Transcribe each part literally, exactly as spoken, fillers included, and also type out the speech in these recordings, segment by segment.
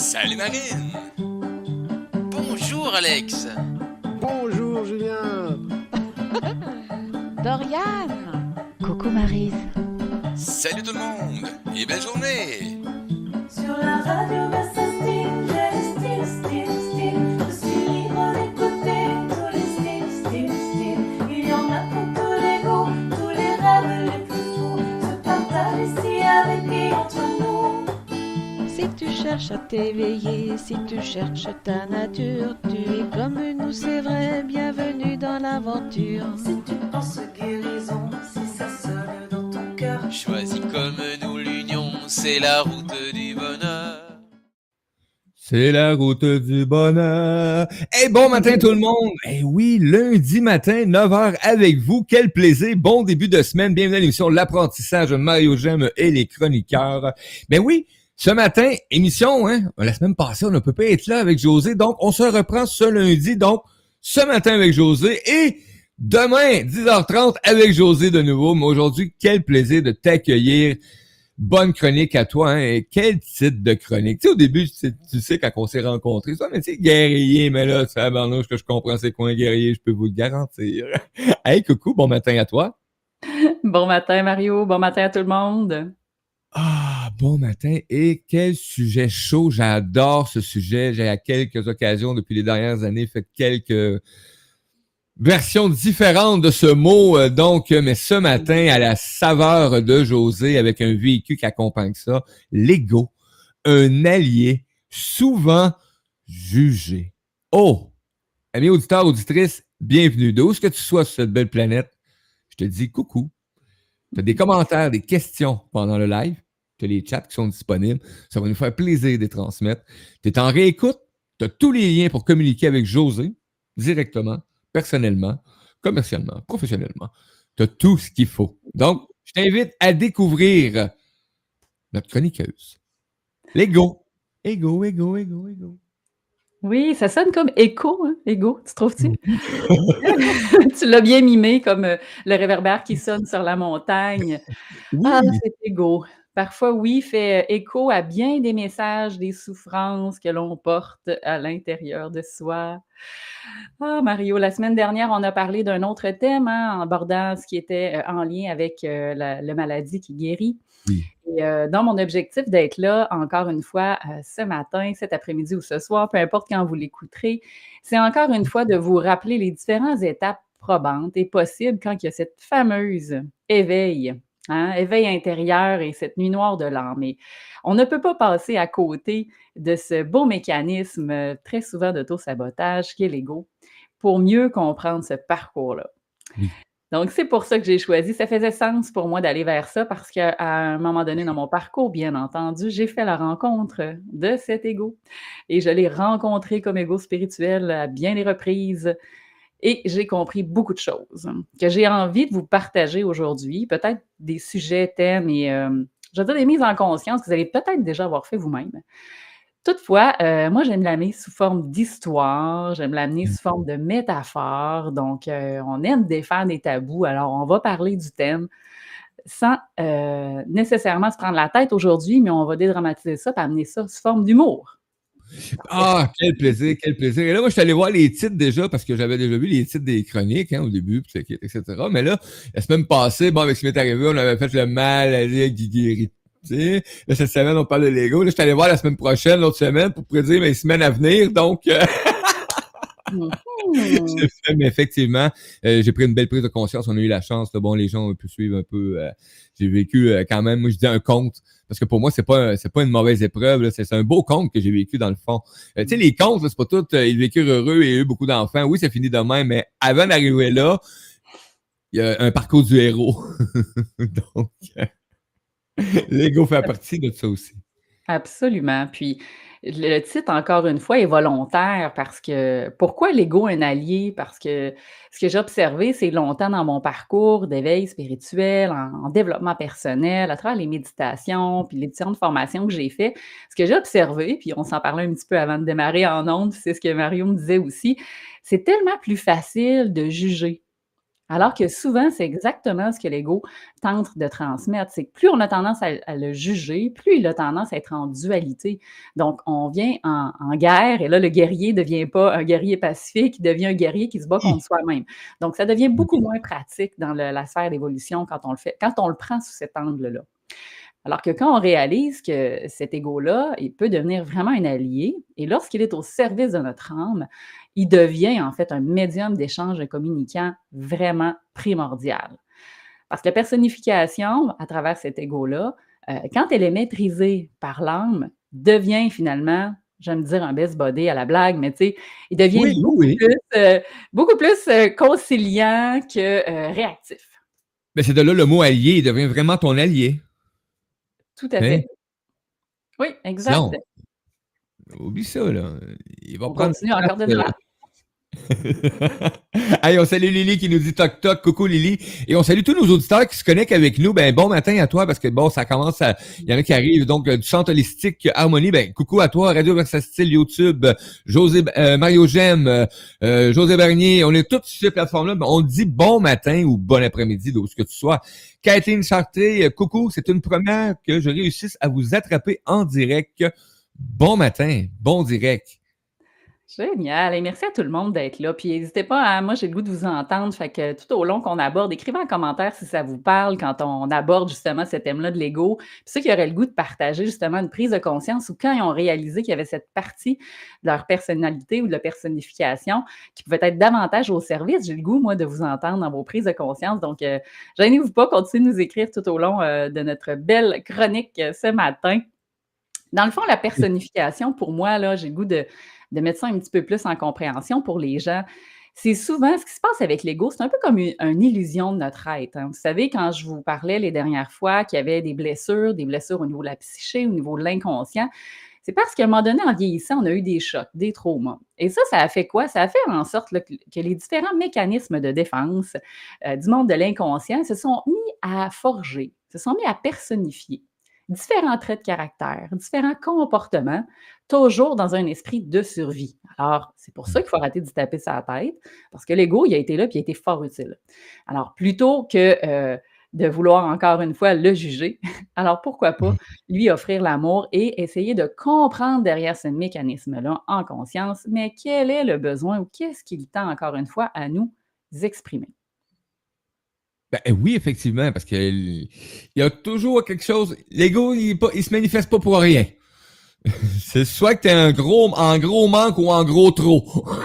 Salut Marine! Bonjour Alex! Bonjour Julien. Doriane! Coucou Maryse! Salut tout le monde! Et belle journée! Sur la radio, bah, ça style, j'ai style, style, style. Je suis libre d'écouter tous les styles, styles, styles. Il y en a pour tous les goûts, tous les rêves les plus fous se partagent ici avec et entre nous. Si tu cherches à t'éveiller, si tu cherches ta nature, tu es comme nous, c'est vrai, bienvenue dans l'aventure. Si tu penses guérison, si ça sonne dans ton cœur, Choisis comme nous l'union, c'est la route du bonheur. C'est la route du bonheur. Hey, bon matin tout le monde. Eh oui, lundi matin, neuf heures avec vous. Quel plaisir. Bon début de semaine. Bienvenue à l'émission L'apprentissage de Mario Gemme et les chroniqueurs. Ben oui, ce matin, émission, hein. La semaine passée, on ne peut pas être là avec José. Donc, on se reprend ce lundi. Donc, ce matin avec José et demain, dix heures trente avec José de nouveau. Mais aujourd'hui, quel plaisir de t'accueillir. Bonne chronique à toi, hein? Et quel titre de chronique. Tu sais, au début, tu sais, tu sais quand on s'est rencontrés, ça, mais tu sais, guerrier, mais là, c'est abandonné, que je comprends c'est quoi un guerrier, je peux vous le garantir. Hey, coucou, bon matin à toi. Bon matin, Mario. Bon matin à tout le monde. Ah, bon matin. Et quel sujet chaud. J'adore ce sujet. J'ai à quelques occasions depuis les dernières années fait quelques version différente de ce mot, donc, mais ce matin, à la saveur de José, avec un véhicule qui accompagne ça, l'ego, un allié souvent jugé. Oh! Amis auditeurs, auditrices, bienvenue. D'où est-ce que tu sois sur cette belle planète? Je te dis coucou. Tu as des commentaires, des questions pendant le live. Tu as les chats qui sont disponibles. Ça va nous faire plaisir de les transmettre. Tu es en réécoute. Tu as tous les liens pour communiquer avec José directement. Personnellement, commercialement, professionnellement. Tu as tout ce qu'il faut. Donc, je t'invite à découvrir notre chroniqueuse. L'ego. Ego, ego, ego, ego. Oui, ça sonne comme écho, hein? Égo, tu trouves-tu? Tu l'as bien mimé comme euh, le réverbère qui sonne sur la montagne. Oui. Ah, c'est égo. Parfois, oui, fait écho à bien des messages, des souffrances que l'on porte à l'intérieur de soi. Ah, Mario, la semaine dernière, on a parlé d'un autre thème, hein, en abordant ce qui était euh, en lien avec euh, la, la maladie qui guérit. Oui. Et euh, dans mon objectif d'être là, encore une fois, euh, ce matin, cet après-midi ou ce soir, peu importe quand vous l'écouterez, c'est encore une fois de vous rappeler les différentes étapes probantes et possibles quand il y a cette fameuse éveil, hein, éveil intérieur et cette nuit noire de l'âme. Et on ne peut pas passer à côté de ce beau mécanisme euh, très souvent d'auto-sabotage qui est l'ego pour mieux comprendre ce parcours-là. Oui. Donc, c'est pour ça que j'ai choisi. Ça faisait sens pour moi d'aller vers ça parce qu'à un moment donné dans mon parcours, bien entendu, j'ai fait la rencontre de cet ego. Et je l'ai rencontré comme ego spirituel à bien des reprises. Et j'ai compris beaucoup de choses que j'ai envie de vous partager aujourd'hui. Peut-être des sujets, thèmes et, euh, je veux dire, des mises en conscience que vous allez peut-être déjà avoir fait vous-même. Toutefois, euh, moi, j'aime l'amener sous forme d'histoire, j'aime l'amener sous forme de métaphore. Donc, euh, on aime défaire des tabous. Alors, on va parler du thème sans euh, nécessairement se prendre la tête aujourd'hui, mais on va dédramatiser ça et amener ça sous forme d'humour. Ah, quel plaisir, quel plaisir. Et là, moi, je suis allé voir les titres déjà parce que j'avais déjà vu les titres des chroniques hein, au début, et cetera. Mais là, la semaine passée, bon, avec ce qui m'est arrivé, on avait fait le maladie qui guérit. Tu sais, là, cette semaine, on parle de Lego. Là, je suis allé voir la semaine prochaine, l'autre semaine, pour prédire mes semaines à venir. Donc, euh... j'ai fait, mais effectivement, euh, j'ai pris une belle prise de conscience. On a eu la chance. Là, bon, les gens ont pu suivre un peu. Euh, j'ai vécu euh, quand même, moi, je dis un conte. Parce que pour moi, c'est pas, un, c'est pas une mauvaise épreuve. Là, c'est, c'est un beau conte que j'ai vécu dans le fond. Euh, tu sais, les contes, là, c'est pas tout. Euh, ils vécurent heureux et eu beaucoup d'enfants. Oui, ça finit de même, mais avant d'arriver là, il y a un parcours du héros. Donc, euh, l'ego fait partie de ça aussi. Absolument. Puis, le titre, encore une fois, est volontaire parce que pourquoi l'ego un allié? Parce que ce que j'ai observé, c'est longtemps dans mon parcours d'éveil spirituel, en, en développement personnel, à travers les méditations, puis les différentes formations que j'ai faites. Ce que j'ai observé, puis on s'en parlait un petit peu avant de démarrer en ondes, c'est ce que Mario me disait aussi, c'est tellement plus facile de juger Alors que souvent, c'est exactement ce que l'ego tente de transmettre. C'est que plus on a tendance à, à le juger, plus il a tendance à être en dualité. Donc, on vient en, en guerre et là, le guerrier ne devient pas un guerrier pacifique, il devient un guerrier qui se bat contre soi-même. Donc, ça devient beaucoup moins pratique dans le- la sphère d'évolution quand on le fait, quand on le prend sous cet angle-là. Alors que quand on réalise que cet ego-là, il peut devenir vraiment un allié, et lorsqu'il est au service de notre âme, il devient en fait un médium d'échange communicant vraiment primordial. Parce que la personnification, à travers cet ego-là, euh, quand elle est maîtrisée par l'âme, devient finalement, j'aime dire un best body à la blague, mais tu sais, il devient Oui, beaucoup oui. plus, euh, beaucoup plus euh, conciliant que euh, réactif. Ben, c'est de là le mot allié, il devient vraiment ton allié. Tout à Hein? fait. Oui, exact. Sinon, oublie ça, là. Il va On prendre continue une encore de place, droite. euh, Hey, on salue Lily qui nous dit toc toc, coucou Lily. Et on salue tous nos auditeurs qui se connectent avec nous. Ben, bon matin à toi parce que bon, ça commence à, il y en a qui arrivent donc euh, du centre holistique Harmonie. Ben, coucou à toi, Radio Versatile, YouTube, euh, José, euh, Mario Gem, euh, euh, José Bernier. On est tous sur ces plateformes-là. Ben, on dit bon matin ou bon après-midi, d'où que tu sois. Kathleen Chartré, euh, coucou. C'est une première que je réussisse à vous attraper en direct. Bon matin, bon direct. Génial. Et merci à tout le monde d'être là. Puis n'hésitez pas à, moi j'ai le goût de vous entendre. Fait que tout au long qu'on aborde, écrivez en commentaire si ça vous parle quand on aborde justement ce thème-là de l'ego. Puis ceux qui auraient le goût de partager justement une prise de conscience ou quand ils ont réalisé qu'il y avait cette partie de leur personnalité ou de la personnification qui pouvait être davantage au service, j'ai le goût, moi, de vous entendre dans vos prises de conscience. Donc, euh, gênez-vous pas, continuez de nous écrire tout au long euh, de notre belle chronique euh, ce matin. Dans le fond, la personnification, pour moi, là, j'ai le goût de, de mettre ça un petit peu plus en compréhension pour les gens. C'est souvent ce qui se passe avec l'ego, c'est un peu comme une, une illusion de notre être. Hein. Vous savez, quand je vous parlais les dernières fois qu'il y avait des blessures, des blessures au niveau de la psyché, au niveau de l'inconscient, c'est parce qu'à un moment donné, en vieillissant, on a eu des chocs, des traumas. Et ça, ça a fait quoi? Ça a fait en sorte là, que, que les différents mécanismes de défense euh, du monde de l'inconscient se sont mis à forger, se sont mis à personnifier différents traits de caractère, différents comportements, toujours dans un esprit de survie. Alors, c'est pour ça qu'il faut arrêter d'y taper sa tête, parce que l'ego, il a été là puis il a été fort utile. Alors, plutôt que euh, de vouloir encore une fois le juger, alors pourquoi pas lui offrir l'amour et essayer de comprendre derrière ce mécanisme-là en conscience, mais quel est le besoin ou qu'est-ce qu'il tend encore une fois à nous exprimer. Ben oui, effectivement, parce qu'il y a toujours quelque chose. L'ego, il, est pas, il se manifeste pas pour rien. C'est soit que t'es un gros, en gros manque ou en gros trop.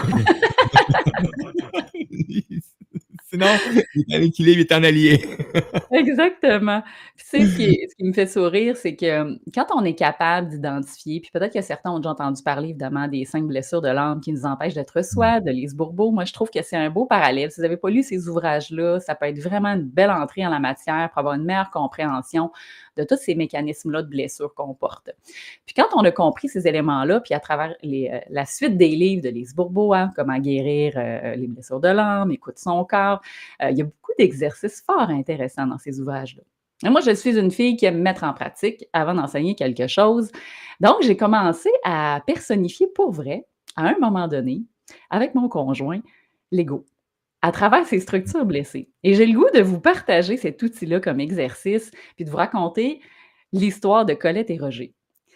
Sinon, il est en équilibre, il est en allié. Exactement. Puis tu sais, ce qui, ce qui me fait sourire, c'est que euh, quand on est capable d'identifier, puis peut-être que certains ont déjà entendu parler évidemment des cinq blessures de l'âme qui nous empêchent d'être soi, de Lise Bourbeau. Moi, je trouve que c'est un beau parallèle. Si vous n'avez pas lu ces ouvrages-là, ça peut être vraiment une belle entrée en la matière pour avoir une meilleure compréhension de tous ces mécanismes-là de blessures qu'on porte. Puis quand on a compris ces éléments-là, puis à travers les, euh, la suite des livres de Lise Bourbeau, hein, Comment guérir euh, les blessures de l'âme, Écoute son corps, euh, il y a beaucoup d'exercices fort intéressants dans ces ouvrages-là. Et moi, je suis une fille qui aime mettre en pratique avant d'enseigner quelque chose. Donc, j'ai commencé à personnifier pour vrai, à un moment donné, avec mon conjoint, l'ego, à travers ces structures blessées. Et j'ai le goût de vous partager cet outil-là comme exercice, puis de vous raconter l'histoire de Colette et Roger.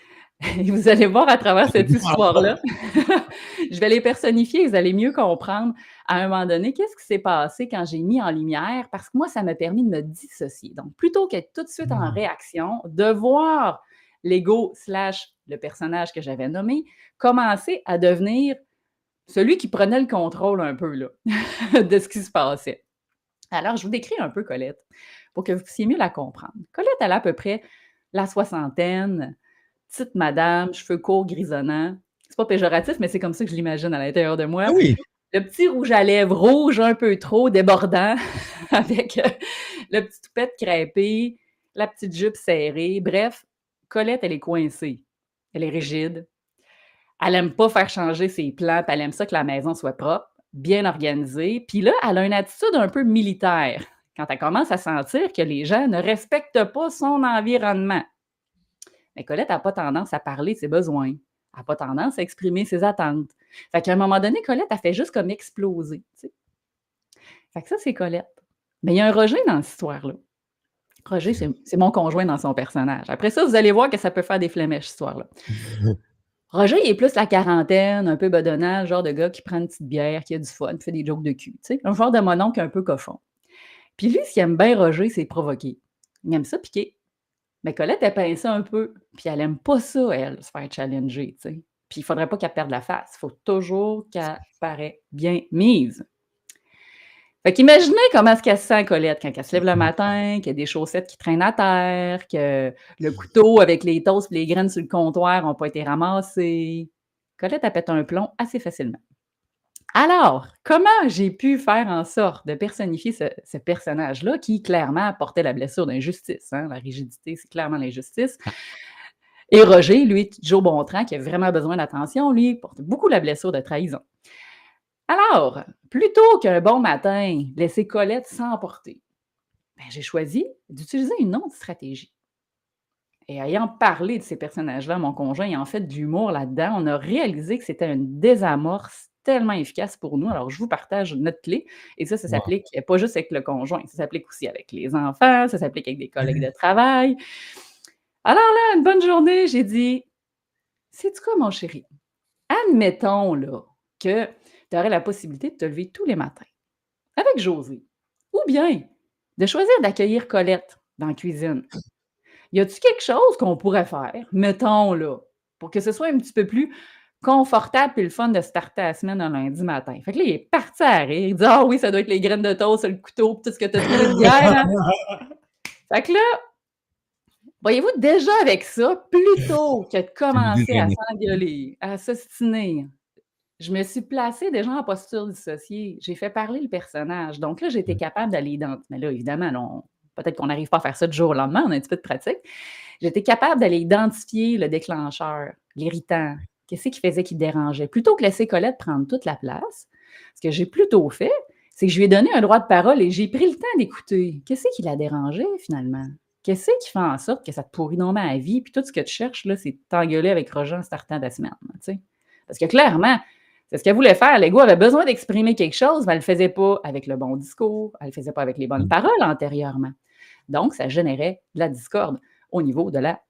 Et vous allez voir à travers cette histoire-là, je vais les personnifier, vous allez mieux comprendre à un moment donné qu'est-ce qui s'est passé quand j'ai mis en lumière, parce que moi, ça m'a permis de me dissocier. Donc, plutôt qu'être tout de suite en réaction, de voir l'ego slash le personnage que j'avais nommé commencer à devenir celui qui prenait le contrôle un peu là, de ce qui se passait. Alors, je vous décris un peu Colette pour que vous puissiez mieux la comprendre. Colette, elle a à peu près la soixantaine, petite madame, cheveux courts, grisonnants. C'est pas péjoratif, mais c'est comme ça que je l'imagine à l'intérieur de moi. Ah oui. Le petit rouge à lèvres rouge un peu trop, débordant, avec euh, le petit toupette crêpé, la petite jupe serrée. Bref, Colette, elle est coincée. Elle est rigide. Elle aime pas faire changer ses plans, puis elle aime ça que la maison soit propre, bien organisée. Puis là, elle a une attitude un peu militaire quand elle commence à sentir que les gens ne respectent pas son environnement. Mais Colette n'a pas tendance à parler de ses besoins. Elle n'a pas tendance à exprimer ses attentes. Fait qu'à un moment donné, Colette, elle fait juste comme exploser. Tu sais. Fait que ça, c'est Colette. Mais il y a un Roger dans cette histoire-là. Roger, c'est c'est mon conjoint dans son personnage. Après ça, vous allez voir que ça peut faire des flémèches, cette histoire-là. Roger, il est plus la quarantaine, un peu bedonnant, le genre de gars qui prend une petite bière, qui a du fun, qui fait des jokes de cul, tu sais? Un genre de mononcle un peu cochon. Puis lui, ce qu'il aime bien, Roger, c'est provoquer. Il aime ça piquer. Mais Colette, elle pince ça un peu, puis elle aime pas ça, elle, se faire challenger, tu sais? Puis il faudrait pas qu'elle perde la face. Il faut toujours qu'elle paraît bien mise. Fait qu'imaginez comment est-ce qu'elle se sent, Colette, quand elle se lève le matin, qu'il y a des chaussettes qui traînent à terre, que le couteau avec les toasts et les graines sur le comptoir n'ont pas été ramassés. Colette, elle pète un plomb assez facilement. Alors, comment j'ai pu faire en sorte de personnifier ce, ce personnage-là qui, clairement, portait la blessure d'injustice, hein? La rigidité, c'est clairement l'injustice. Et Roger, lui, Joe Bontran, qui a vraiment besoin d'attention, lui, porte beaucoup la blessure de trahison. Alors, plutôt qu'un bon matin, laisser Colette s'emporter, ben, j'ai choisi d'utiliser une autre stratégie. Et ayant parlé de ces personnages-là, mon conjoint ayant fait de l'humour là-dedans, on a réalisé que c'était une désamorce tellement efficace pour nous. Alors, je vous partage notre clé. Et ça, ça Wow. s'applique pas juste avec le conjoint, ça s'applique aussi avec les enfants, ça s'applique avec des collègues de travail. Alors là, une bonne journée, j'ai dit, sais-tu quoi, mon chéri? Admettons là, que tu aurais la possibilité de te lever tous les matins avec Josée, ou bien de choisir d'accueillir Colette dans la cuisine. Y a-tu quelque chose qu'on pourrait faire, mettons là, pour que ce soit un petit peu plus confortable et le fun de starter la semaine un lundi matin? Fait que là, il est parti à rire. Il dit « Ah oui, ça doit être les graines de toast, le couteau, tout ce que tu as trouvé hier. Hein? » Fait que là, voyez-vous, déjà avec ça, plutôt que de commencer à s'engueuler, à s'ostiner, je me suis placée déjà en posture dissociée. J'ai fait parler le personnage. Donc là, j'étais capable d'aller identifier. Mais là, évidemment, là, on- peut-être qu'on n'arrive pas à faire ça du jour au lendemain, on a un petit peu de pratique. J'étais capable d'aller identifier le déclencheur, l'irritant. Qu'est-ce qui faisait qu'il dérangeait? Plutôt que laisser Colette prendre toute la place, ce que j'ai plutôt fait, c'est que je lui ai donné un droit de parole et j'ai pris le temps d'écouter. Qu'est-ce qui la dérangeait finalement? Qu'est-ce qui fait en sorte que ça te pourrit non à la vie? Puis tout ce que tu cherches, là, c'est de t'engueuler avec Roger en startant de la semaine. Tu sais? Parce que clairement, c'est ce qu'elle voulait faire. L'ego avait besoin d'exprimer quelque chose, mais elle ne le faisait pas avec le bon discours, elle ne le faisait pas avec les bonnes paroles antérieurement. Donc, ça générait de la discorde au niveau de la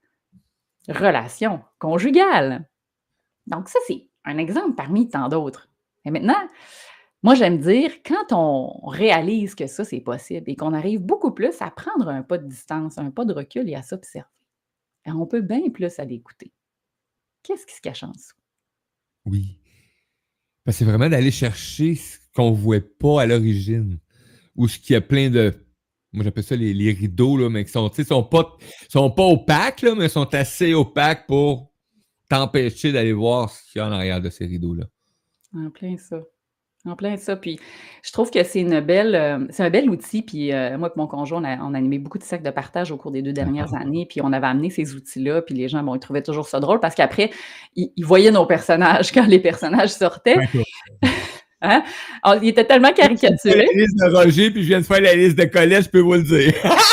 relation conjugale. Donc, ça, c'est un exemple parmi tant d'autres. Et maintenant, moi, j'aime dire, quand on réalise que ça, c'est possible et qu'on arrive beaucoup plus à prendre un pas de distance, un pas de recul et à s'observer, et on peut bien plus aller écouter. Qu'est-ce qui se cache en dessous? Oui. Parce que c'est vraiment d'aller chercher ce qu'on ne voit pas à l'origine. Ou ce qui a plein de. Moi, j'appelle ça les, les rideaux, là, mais qui sont, tu sais, sont pas, sont pas opaques, là, mais sont assez opaques pour t'empêcher d'aller voir ce qu'il y a en arrière de ces rideaux-là. En plein ça. En plein ça. Puis je trouve que c'est une belle, euh, c'est un bel outil. Puis euh, moi et mon conjoint, on a, on a animé beaucoup de cercles de partage au cours des deux dernières années. Puis on avait amené ces outils-là. Puis les gens, bon, ils trouvaient toujours ça drôle parce qu'après, ils, ils voyaient nos personnages quand les personnages sortaient. Hein? Alors, ils étaient tellement Je fais caricaturés. la liste de Roger, puis je viens de faire la liste de Colette, je peux vous le dire.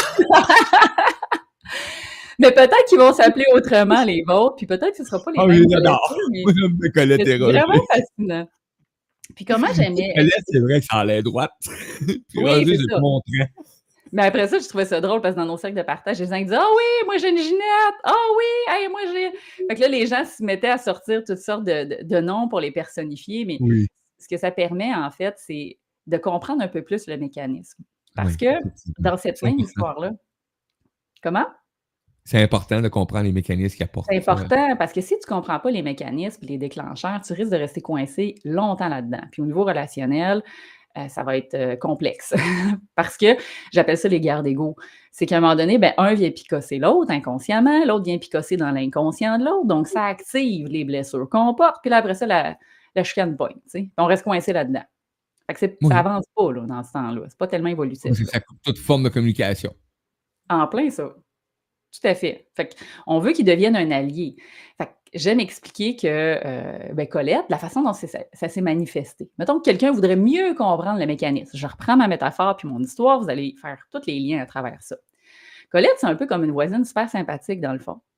Mais peut-être qu'ils vont s'appeler autrement, les vôtres. Puis peut-être que ce ne sera pas les Ah, mêmes. oui, j'adore. Colette, mais Moi, j'aime bien Colette c'est et Roger. vraiment fascinant. Puis comment j'aimais. Colette, c'est vrai que ça a l'air droite. Puis Oui, Roger, c'est c'est ça. le montrant. Mais après ça, je trouvais ça drôle parce que dans nos cercles de partage, les gens disaient « Ah oui, moi j'ai une Ginette! Ah oui, hey, moi j'ai... » Fait que là, les gens se mettaient à sortir toutes sortes de, de- de noms pour les personnifier. Mais Oui. ce que ça permet, en fait, c'est de comprendre un peu plus le mécanisme. Parce Oui, que effectivement. dans cette C'est même important. histoire-là, comment? C'est important de comprendre les mécanismes qui apportent. C'est ça. important parce que si tu ne comprends pas les mécanismes, les déclencheurs, tu risques de rester coincé longtemps là-dedans. Puis au niveau relationnel, euh, ça va être euh, complexe. Parce que j'appelle ça les guerres d'ego. C'est qu'à un moment donné, ben, un vient picosser l'autre inconsciemment, l'autre vient picosser dans l'inconscient de l'autre. Donc, ça active les blessures qu'on porte. Puis là, après ça, la, la chicane pogne. tu sais. Puis on reste coincé là-dedans. Fait que c'est- Oui. ça avance pas là, dans ce temps-là. C'est pas tellement évolutif. C'est là. ça coupe toute forme de communication. En plein ça. Tout à fait. Fait on veut qu'il devienne un allié. Fait que j'aime expliquer que euh, ben Colette, la façon dont c'est- ça, ça s'est manifesté. Mettons que quelqu'un voudrait mieux comprendre le mécanisme. Je reprends ma métaphore puis mon histoire, vous allez faire tous les liens à travers ça. Colette, c'est un peu comme une voisine super sympathique dans le fond.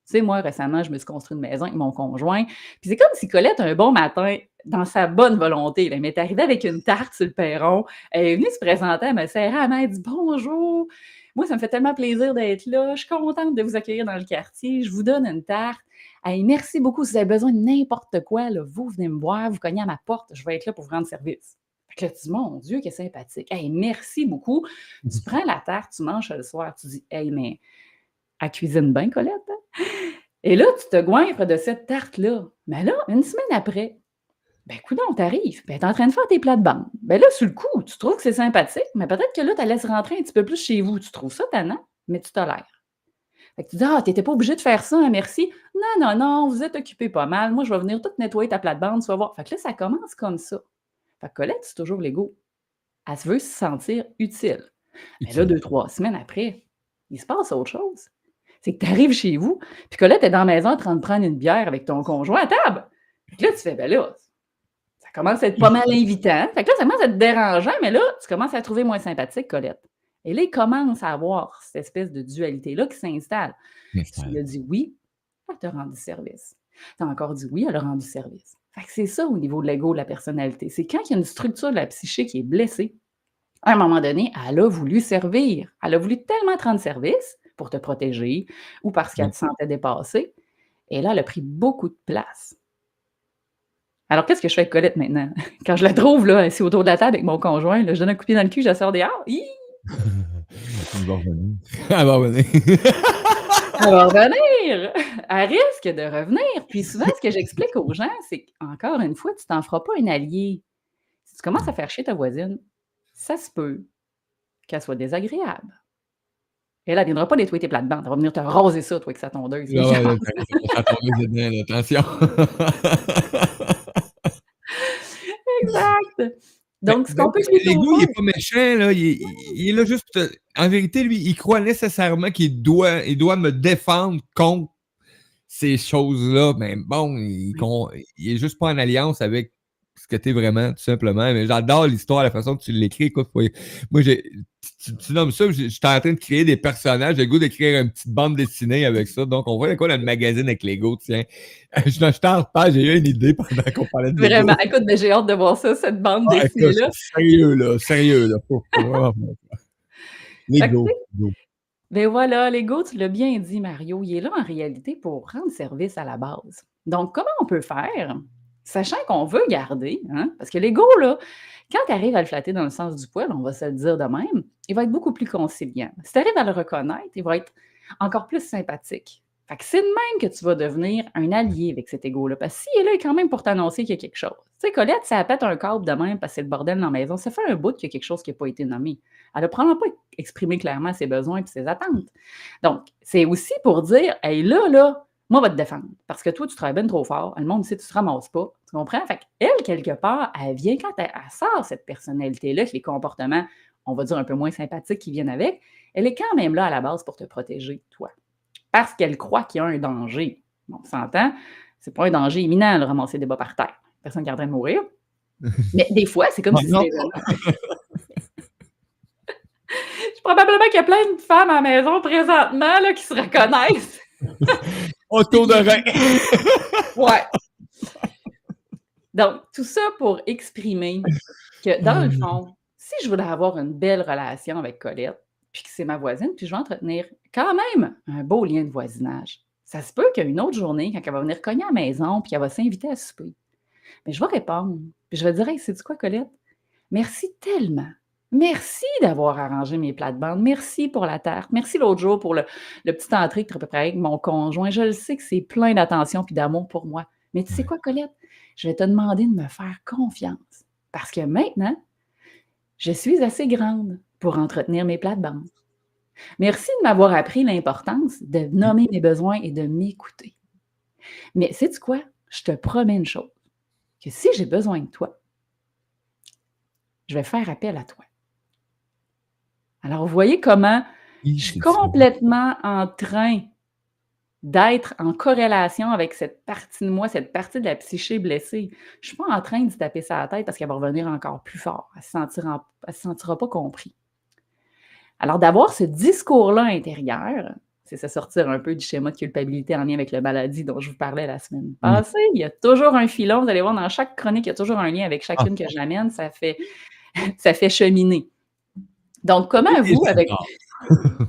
sais, moi, récemment, je me suis construit une maison avec mon conjoint. Puis c'est comme si Colette, un bon matin, dans sa bonne volonté, là, elle m'est arrivée avec une tarte sur le perron. Elle est venue se présenter, elle me serrait à la main, elle dit bonjour. Moi, ça me fait tellement plaisir d'être là. Je suis contente de vous accueillir dans le quartier. Je vous donne une tarte. Hey, merci beaucoup. Si vous avez besoin de n'importe quoi, là, vous venez me voir, vous cognez à ma porte. Je vais être là pour vous rendre service. Fait que là, tu dis, mon Dieu, que sympathique. Hey, merci beaucoup. Tu prends la tarte, tu manges le soir. Tu dis, hey, mais elle cuisine bien, Colette. Hein? Et là, tu te goinfres de cette tarte-là. Mais là, une semaine après, ben, coudonc, t'arrives, ben, t'es en train de faire tes plats de bande. Ben là, sur le coup, tu trouves que c'est sympathique, mais peut-être que là, tu la laisses rentrer un petit peu plus chez vous. Tu trouves ça tannant, mais tu tolères. Fait que tu dis, ah, t'étais pas obligé de faire ça, hein, merci. Non, non, non, vous êtes occupé pas mal. Moi, je vais venir tout nettoyer ta plate-bande, tu vas voir. Fait que là, ça commence comme ça. Fait que Colette, c'est toujours l'ego. Elle se veut se sentir utile. Mais là, deux, trois semaines après, il se passe autre chose. C'est que tu arrives chez vous, puis Colette est dans la maison en train de prendre une bière avec ton conjoint à table. Fait que là, tu fais, ben là, ça commence à être pas mal invitant. Fait que là, ça commence à être dérangeant, mais là, tu commences à la trouver moins sympathique, Colette. Et là, il commence à avoir cette espèce de dualité-là qui s'installe. Tu lui as dit oui, elle t'a rendu service. Tu as encore dit oui, elle a rendu service. Fait que c'est ça au niveau de l'ego, de la personnalité. C'est quand il y a une structure de la psyché qui est blessée, à un moment donné, elle a voulu servir. Elle a voulu tellement te rendre service pour te protéger ou parce qu'elle te sentait dépassée. Et là, elle a pris beaucoup de place. Alors, qu'est-ce que je fais avec Colette maintenant? Quand je la trouve là, assise autour de la table avec mon conjoint, là, je donne un coup de pied dans le cul, je la sors dehors. Hi! Elle va revenir. Elle va revenir. Elle va revenir. Elle risque de revenir. Puis souvent, ce que j'explique aux gens, c'est qu'encore une fois, tu t'en feras pas un allié. Si tu commences à faire chier ta voisine, ça se peut qu'elle soit désagréable. Et là, elle ne viendra pas nettoyer tes plates-bandes. Elle va venir te raser ça, toi, avec sa tondeuse. Ouais, ouais, sa tondeuse est bien, là, attention. Exact. Donc, ce Ben, qu'on peut parce que plutôt l'ego, il faire... n'est pas méchant, là. Il, est- il est là juste. euh, En vérité, lui, il croit nécessairement qu'il doit, il doit me défendre contre ces choses-là. Mais bon, il, con- il est juste pas en alliance avec ce que tu es vraiment, tout simplement. Mais j'adore l'histoire, la façon que tu l'écris. Écoute, faut- moi, j'ai, tu, tu nommes ça, je suis en train de créer des personnages. J'ai le goût d'écrire une petite bande dessinée avec ça. Donc, on voit quoi dans le magazine avec Lego, tiens. Je, je t'en reparle, j'ai eu une idée pendant qu'on parlait de Lego. Vraiment, écoute, ben, j'ai hâte de voir ça, cette bande Ah, écoute, dessinée-là. sérieux, là, sérieux, là. Faut, faut vraiment faire ça. Fait que, Lego. tu sais, Lego. ben voilà, l'ego, tu l'as bien dit, Mario, il est là en réalité pour rendre service à la base. Donc, comment on peut faire, sachant qu'on veut garder, hein, parce que l'ego, là, quand tu arrives à le flatter dans le sens du poil, on va se le dire de même, il va être beaucoup plus conciliant. Si tu arrives à le reconnaître, il va être encore plus sympathique. Fait que c'est de même que tu vas devenir un allié avec cet ego-là. Parce que s'il est là quand même pour t'annoncer qu'il y a quelque chose. Tu sais, Colette, ça pète un câble de même parce que c'est le bordel dans la maison. Ça fait un bout qu'il y a quelque chose qui n'a pas été nommé. Elle n'a probablement pas exprimé clairement ses besoins et ses attentes. Donc, c'est aussi pour dire, hey, là, là, moi, je vais te défendre. Parce que toi, tu travailles bien trop fort. Le monde ici, tu ne te ramasses pas. Tu comprends? Fait qu'elle, quelque part, elle vient quand elle, elle sort cette personnalité-là, avec les comportements, on va dire, un peu moins sympathiques qui viennent avec, elle est quand même là à la base pour te protéger, toi. Parce qu'elle croit qu'il y a un danger. Bon, on s'entend, c'est pas un danger imminent, de ramasser des bas par terre. Personne qui est en train de mourir. Mais des fois, c'est comme Non, si non. c'était... Probablement qu'il y a plein de femmes à la maison présentement là, qui se reconnaissent. Autour de rein. Ouais. Donc, tout ça pour exprimer que, dans le fond, si je voulais avoir une belle relation avec Colette, puis que c'est ma voisine, puis je veux entretenir quand même un beau lien de voisinage, ça se peut qu'une autre journée, quand elle va venir cogner à la maison, puis qu'elle va s'inviter à souper, mais je vais répondre, puis je vais dire « Hey, sais-tu quoi, Colette? Merci tellement. Merci d'avoir arrangé mes plates-bandes. Merci pour la tarte. Merci l'autre jour pour le, le petit entrée que tu as préparé avec mon conjoint. Je le sais que c'est plein d'attention puis d'amour pour moi. Mais tu sais quoi, Colette? Je vais te demander de me faire confiance. Parce que maintenant, je suis assez grande pour entretenir mes plates-bandes. Merci de m'avoir appris l'importance de nommer mes besoins et de m'écouter. Mais sais-tu quoi? Je te promets une chose. Que si j'ai besoin de toi, je vais faire appel à toi. Alors, vous voyez comment je suis complètement en train d'être en corrélation avec cette partie de moi, cette partie de la psyché blessée. Je ne suis pas en train d'y taper sa tête parce qu'elle va revenir encore plus fort. Elle ne se, se sentira pas compris. Alors, d'avoir ce discours-là intérieur, c'est se sortir un peu du schéma de culpabilité en lien avec le maladie dont je vous parlais la semaine Mmh. passée. Il y a toujours un filon, vous allez voir dans chaque chronique, il y a toujours un lien avec Ah. chacune que j'amène, ça fait ça fait cheminer. Donc comment Et vous avec j'adore.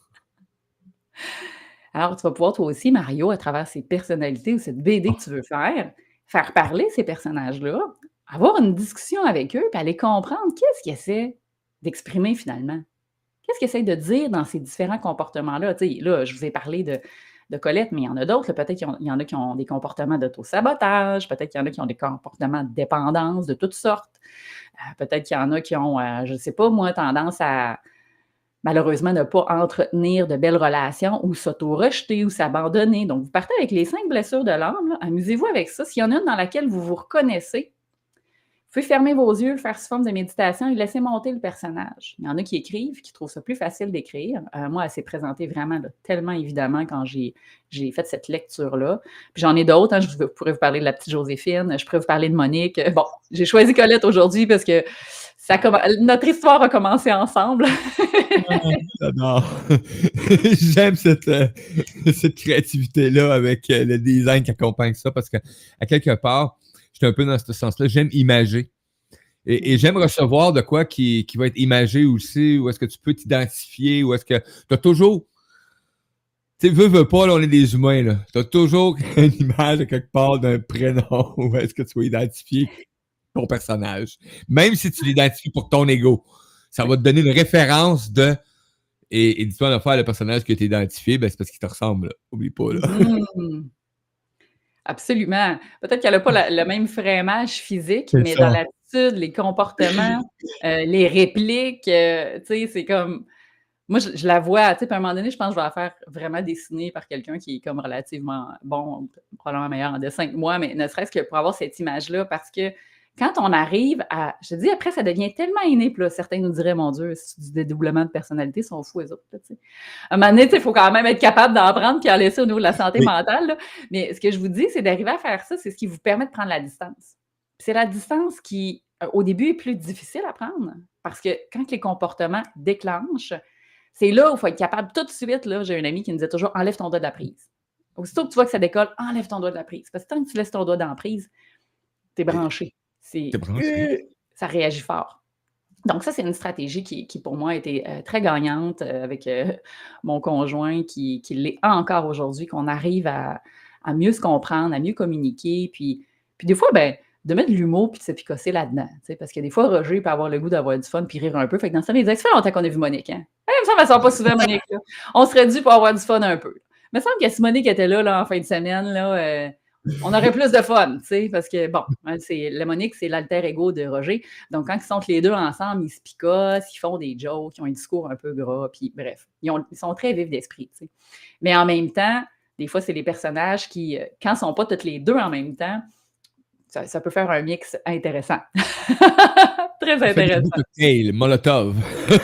Alors tu vas pouvoir toi aussi, Mario, à travers ces personnalités ou cette B D Ah. que tu veux faire, faire parler ces personnages-là, avoir une discussion avec eux, puis aller comprendre qu'est-ce qu'ils essaient d'exprimer finalement. Qu'est-ce qu'ils essayent de dire dans ces différents comportements-là? Tu sais, là, je vous ai parlé de de Colette, mais il y en a d'autres, là, peut-être qu'il y en il y en a qui ont des comportements d'auto-sabotage, peut-être qu'il y en a qui ont des comportements de dépendance de toutes sortes. Heu, peut-être qu'il y en a qui ont, heu, je ne sais pas moi, tendance à malheureusement ne pas entretenir de belles relations ou s'auto-rejeter ou s'abandonner. Donc, vous partez avec les cinq blessures de l'âme, là, amusez-vous avec ça. S'il y en a une dans laquelle vous vous reconnaissez, vous pouvez fermer vos yeux, faire sous forme de méditation et laisser monter le personnage. Il y en a qui écrivent, qui trouvent ça plus facile d'écrire. Euh, moi, elle s'est présentée vraiment là, tellement évidemment quand j'ai, j'ai fait cette lecture-là. Puis j'en ai d'autres. Hein, je vous- pourrais vous parler de la petite Joséphine, je pourrais vous parler de Monique. Euh, Bon, j'ai choisi Colette aujourd'hui parce que ça comm- notre histoire a commencé ensemble. J'adore. J'aime cette, euh, cette créativité-là avec euh, le design qui accompagne ça parce que, à quelque part, je suis un peu dans ce sens-là. J'aime imager. Et, et j'aime recevoir de quoi qui, qui va être imagé aussi, où est-ce que tu peux t'identifier, où est-ce que tu as toujours. Tu sais, veux, veux pas, là, on est des humains, là. Tu as toujours une image à quelque part d'un prénom où est-ce que tu vas identifier ton personnage. Même si tu l'identifies pour ton ego. Ça va te donner une référence de. Et, et dis-toi d'en faire le personnage qui a été identifié, ben c'est parce qu'il te ressemble. Là. Oublie pas. Là. Mhm. Absolument. Peut-être qu'elle n'a pas la- le même frémage physique, C'est mais ça. dans l'attitude, les comportements, euh, les répliques, euh, tu sais, c'est comme. Moi, je, je la vois, tu sais, puis à un moment donné, je pense que je vais la faire vraiment dessiner par quelqu'un qui est comme relativement bon, probablement meilleur en dessin que moi, mais ne serait-ce que pour avoir cette image-là, parce que quand on arrive à. Je te dis, après, ça devient tellement inné, puis là, certains nous diraient, mon Dieu, c'est du dédoublement de personnalité, ils sont fous, les autres, là, tu sais. À un moment donné, il faut quand même être capable d'en prendre puis en laisser au niveau de la santé Oui. mentale, là. Mais ce que je vous dis, c'est d'arriver à faire ça, c'est ce qui vous permet de prendre la distance. Puis c'est la distance qui, euh, au début, est plus difficile à prendre, parce que quand les comportements déclenchent, c'est là où il faut être capable tout de suite. Là, j'ai un ami qui me disait toujours enlève ton doigt de la prise. Aussitôt que tu vois que ça décolle, enlève ton doigt de la prise. Parce que tant que tu laisses ton doigt dans la prise, tu es branché. C'est, T'es branché. ça réagit fort. Donc, ça, c'est une stratégie qui, qui pour moi, a été euh, très gagnante euh, avec euh, mon conjoint qui, qui l'est encore aujourd'hui, qu'on arrive à, à mieux se comprendre, à mieux communiquer. Puis, puis des fois, ben, de mettre de l'humour puis de se picosser là-dedans. tu sais, Parce que des fois, Roger peut avoir le goût d'avoir du fun puis rire un peu. Fait que dans ça, il disait ça fait longtemps qu'on a vu Monique. Hein? Eh, il me semble qu'elle sort pas souvent, Monique. Là. On serait dû pour avoir du fun un peu. Il me semble que si Monique était là, là en fin de semaine, là, euh, on aurait plus de fun, tu sais, parce que, bon, hein, c'est, la Monique, c'est l'alter ego de Roger. Donc, quand ils sont les deux ensemble, ils se picossent, ils font des jokes, ils ont un discours un peu gras, puis bref, ils, ont, ils sont très vifs d'esprit, tu sais. Mais en même temps, des fois, c'est les personnages qui, euh, quand ils ne sont pas toutes les deux en même temps, ça, ça peut faire un mix intéressant. Très Ça fait des intéressant. beaux cocktails, Molotov.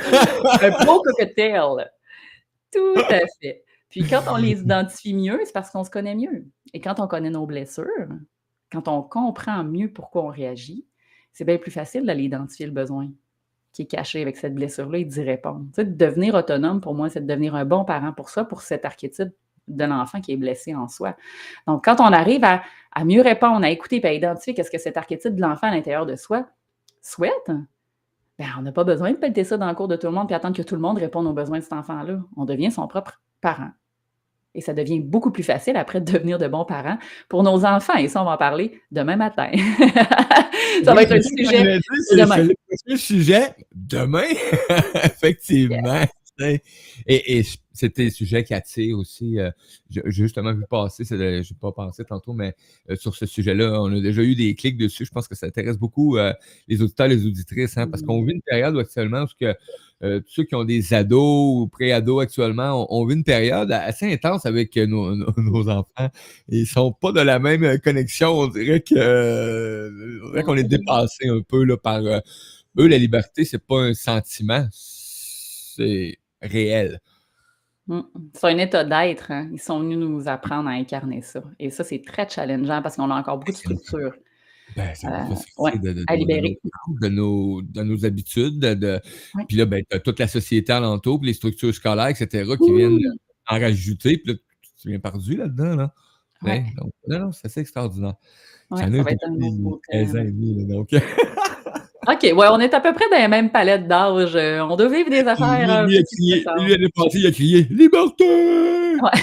Un beau cocktail. Tout à fait. Puis quand on les identifie mieux, c'est parce qu'on se connaît mieux. Et quand on connaît nos blessures, quand on comprend mieux pourquoi on réagit, c'est bien plus facile d'aller identifier le besoin qui est caché avec cette blessure-là et d'y répondre. Tu sais, de devenir autonome, pour moi, c'est de devenir un bon parent pour ça, pour cet archétype de l'enfant qui est blessé en soi. Donc, quand on arrive à, à mieux répondre, à écouter et à identifier qu'est-ce que cet archétype de l'enfant à l'intérieur de soi souhaite, ben, on n'a pas besoin de pelleter ça dans le cours de tout le monde puis attendre que tout le monde réponde aux besoins de cet enfant-là. On devient son propre parent. Et ça devient beaucoup plus facile après de devenir de bons parents pour nos enfants. Et ça, on va en parler demain matin. Ça va être un sujet C'est demain. le prochain sujet demain, effectivement. Et, et c'était un sujet qui attire aussi. Euh, j'ai justement vu passer, je n'ai pas pensé tantôt, mais euh, sur ce sujet-là, on a déjà eu des clics dessus. Je pense que ça intéresse beaucoup euh, les auditeurs et les auditrices, hein, parce qu'on vit une période où actuellement où que, euh, tous ceux qui ont des ados ou pré-ados actuellement, on, on vit une période assez intense avec nos, nos, nos enfants. Ils ne sont pas de la même connexion. On dirait que euh, on dirait qu'on est dépassé un peu là, par euh, eux. La liberté, c'est pas un sentiment, c'est réel. Mm. C'est un état d'être. Hein? Ils sont venus nous apprendre à incarner ça. Et ça, c'est très challengeant parce qu'on a encore beaucoup de structures. Ben, ça Euh, nous fait ouais, sortir de, de, à de, de, libérer. nos, de, nos, de nos habitudes. De, de... Ouais. Puis là, ben, t'as toute la société alentour, puis les structures scolaires, et cetera, qui viennent en rajouter, puis là, tu viens perdu là-dedans, là. Ouais. Ouais, donc non, non, c'est assez extraordinaire. Ouais, J'en ai ça eu va être un depuis autre beau treize ans temps. et demi, là, donc OK, ouais, on est à peu près dans les mêmes palettes d'âge, heu, on doit vivre des affaires lui un lui peu a qui se crié lui, ressemblent. l'année passée, il a crié: «Liberté!» Ouais.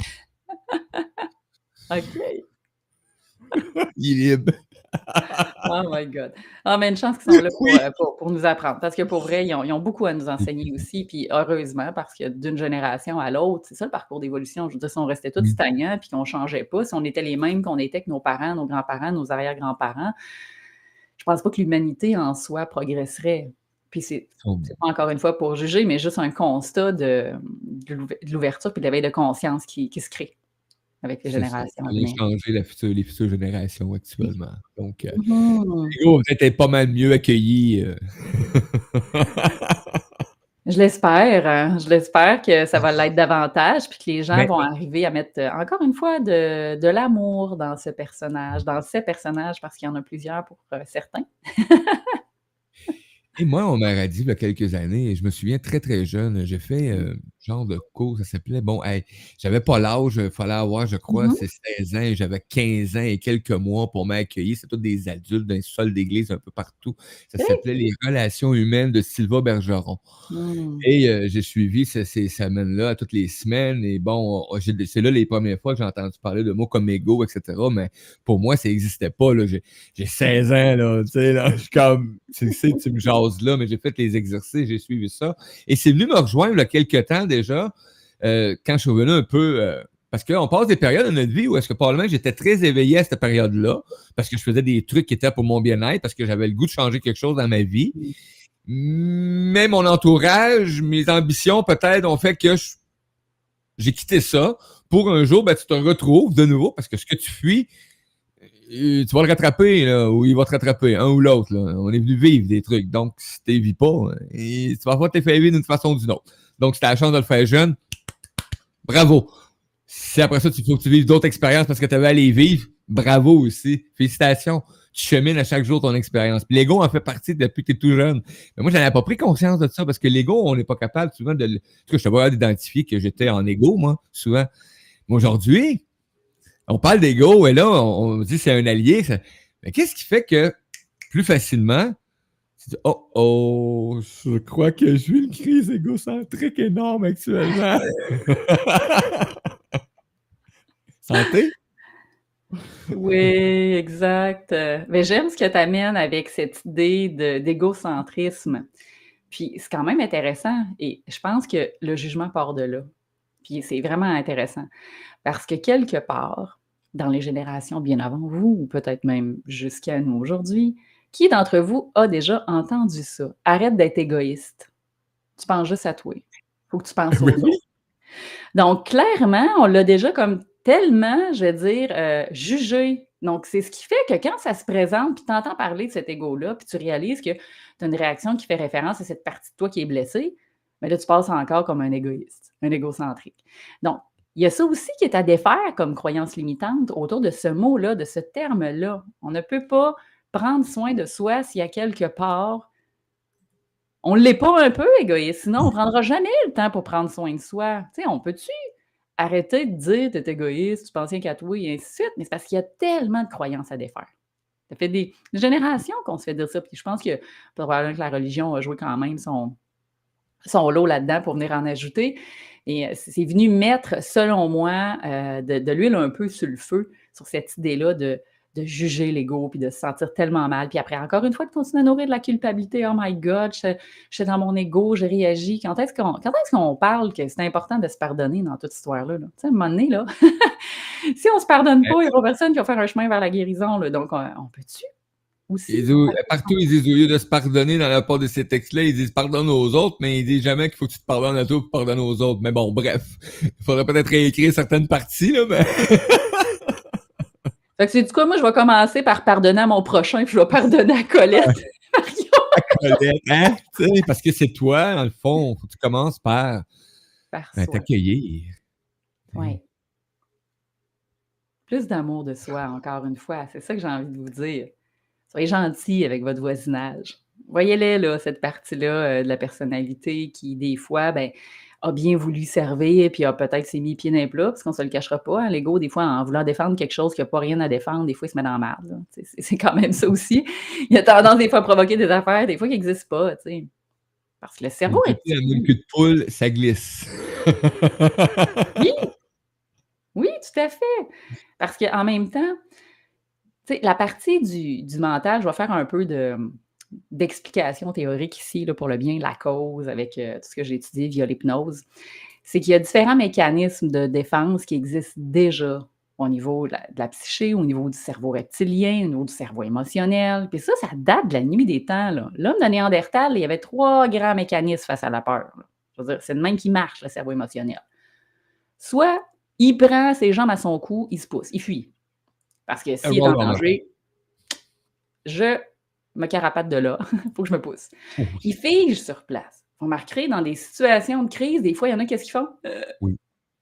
OK. Il est libre. Oh my God. Ah, mais une chance qu'ils sont là pour, Oui! heu, pour pour nous apprendre parce que pour vrai, ils ont ils ont beaucoup à nous enseigner aussi, puis heureusement parce que d'une génération à l'autre, c'est ça le parcours d'évolution. Je veux dire, si on restait tous Mmh. stagnants puis qu'on changeait pas, si on était les mêmes qu'on était que nos parents, nos grands-parents, nos arrière-grands-parents, je pense pas que l'humanité en soi progresserait. Puis c'est Son c'est pas encore une fois pour juger, mais juste un constat de de l'ouver de l'ouverture puis de l'éveil de conscience qui qui se crée avec les C'est ça, générations ça à vient venir. changer la future les futures générations actuellement. Donc, heu, Mmh. l'ego va peut-être être pas mal mieux accueilli, heu Je l'espère, hein, je l'espère que ça va l'être davantage, puis que les gens Mais vont arriver à mettre, heu, encore une fois de de l'amour dans ce personnage, dans ces personnages, parce qu'il y en a plusieurs pour, heu, certains. Et moi, on m'a dit il y a quelques années, et je me souviens très, très jeune, j'ai fait, Mmh. heu, genre de cours, ça s'appelait bon, hey, j'avais pas l'âge, il fallait avoir, je Mmh crois, mh. c'est seize ans et j'avais quinze ans et quelques mois pour m'accueillir. C'était tous des adultes dans les sols d'église un peu partout. Ça OK. s'appelait «Les relations humaines» de Sylva Bergeron. Mmh. Et heu, j'ai suivi ce ces semaines-là à toutes les semaines et bon, on j'ai c'est là les premières fois que j'ai entendu parler de mots comme égo et cetera, mais pour moi, ça existait pas, là. J'ai j'ai seize ans, là, tu sais, là, je suis comme: «Tu sais, tu me jases là», mais j'ai fait les exercices, j'ai suivi ça et c'est venu me rejoindre il y a quelque temps déjà, heu, quand je suis revenu un peu, heu parce qu'on passe des périodes dans notre vie où est-ce que probablement j'étais très éveillé à cette période-là, parce que je faisais des trucs qui étaient pour mon bien-être, parce que j'avais le goût de changer quelque chose dans ma vie. Mmh. Mais mon entourage, mes ambitions peut-être ont fait que je- j'ai quitté ça pour un jour, ben, tu te retrouves de nouveau parce que ce que tu fuis, euh, tu vas le rattraper, là, ou il va te rattraper, un ou l'autre. Là. On est venu vivre des trucs. Donc, si tu vis pas, et tu vas pas te faire vivre d'une façon ou d'une autre. Donc, si tu as la chance de le faire jeune, bravo. Si après ça, il faut que tu vives d'autres expériences parce que tu avais à les vivre, bravo aussi. Félicitations. Tu chemines à chaque jour ton expérience. Puis l'ego en fait partie depuis que tu es tout jeune. Mais moi, je n'avais pas pris conscience de ça parce que l'ego, on n'est pas capable souvent de. En tout cas, je suis pas capable d'identifier que j'étais en ego, moi, souvent. Mais aujourd'hui, on parle d'ego et là, on, on dit que c'est un allié. Ça... Mais qu'est-ce qui fait que plus facilement, tu dis oh oh, je crois que je vis une crise égocentrique énorme actuellement. Santé? Oui, exact, heu, mais j'aime ce que tu amènes avec cette idée de d'égocentrisme. Puis c'est quand même intéressant et je pense que le jugement part de là. Puis c'est vraiment intéressant parce que quelque part, dans les générations bien avant vous ou peut-être même jusqu'à nous aujourd'hui, qui d'entre vous a déjà entendu ça? «Arrête d'être égoïste, tu penses juste à toi, faut que tu penses aux Oui. autres». Donc clairement, on l'a déjà comme tellement, je vais dire, heu, jugé. Donc c'est ce qui fait que quand ça se présente, puis tu entends parler de cet ego-là, puis tu réalises que tu as une réaction qui fait référence à cette partie de toi qui est blessée, mais là, tu passes encore comme un égoïste, un égocentrique. Donc, il y a ça aussi qui est à défaire comme croyance limitante autour de ce mot-là, de ce terme-là. On ne peut pas prendre soin de soi s'il y a quelque part on l'est pas un peu égoïste, sinon on prendra jamais le temps pour prendre soin de soi. Tu sais, on peut-tu arrêter de dire: «Tu es égoïste, tu penses rien qu'à toi» et ainsi de suite? Mais c'est parce qu'il y a tellement de croyances à défaire. Ça fait des générations qu'on se fait dire ça, puis je pense que probablement que la religion a joué quand même son son lot là-dedans pour venir en ajouter et heu, c'est c'est venu mettre, selon moi, heu, de de l'huile un peu sur le feu, sur cette idée-là de de juger l'ego, puis de se sentir tellement mal. Puis après, encore une fois, de continuer à nourrir de la culpabilité. «Oh my God, j'étais j'étais dans mon ego, j'ai réagi». Quand est-ce qu'on quand est-ce qu'on parle que c'est important de se pardonner dans toute cette histoire-là, là? Tu sais, à un moment donné, là, si on se pardonne pas, il y a pas personne qui va faire un chemin vers la guérison, là. Donc, on on peut-tu aussi Ils disent- partout, ils disent, au lieu de se pardonner dans la part de ces textes-là, ils disent pardonne aux autres, mais ils disent jamais qu'il faut que tu te pardonnes à toi pour pardonner aux autres. Mais bon, bref. Il faudrait peut-être réécrire certaines parties, là, mais. Fait que c'est du quoi, moi, je vais commencer par pardonner à mon prochain, puis je vais pardonner à Colette. Colette, hein? Tu sais, parce que c'est toi, dans le fond, faut que tu commences par Par ben, soi. t'accueillir. Oui. Plus d'amour de soi, encore une fois. C'est ça que j'ai envie de vous dire. Soyez gentils avec votre voisinage. Voyez-les, là, cette partie-là euh, de la personnalité qui, des fois, ben, a bien voulu servir, puis a peut-être s'est mis les pieds dans les plats, parce qu'on se le cachera pas, hein, l'ego, des fois, en voulant défendre quelque chose qui a pas rien à défendre, des fois, il se met dans la merde, là. Tu sais, c'est c'est quand même ça aussi. Il a tendance, des fois, à provoquer des affaires, des fois, qui n'existent pas, tu sais. Parce que le cerveau Une est petite amène cul de poule, ça glisse. Oui! Oui, tout à fait! Parce qu'en même temps, tu sais, la partie du du mental, je vais faire un peu de, mmh, d'explication théorique ici, là, pour le bien, la cause avec, heu, tout ce que j'ai étudié via l'hypnose. C'est qu'il y a différents mécanismes de défense qui existent déjà au niveau de la de la psyché, au niveau du cerveau reptilien, au niveau du cerveau émotionnel. Puis ça, ça date de la nuit des temps, là. L'homme de Néandertal, il y avait trois grands mécanismes face à la peur, là. Je veux dire, c'est de même qui marche, le cerveau émotionnel. Soit il prend ses jambes à son cou, il se pousse, il fuit. Parce que s'il est en danger, je me carapate de là, il faut que je me pousse. Oh oui. Il fige sur place. Vous remarquerez, dans des situations de crise, des fois, il y en a, qu'est-ce qu'ils font? Euh, Oui.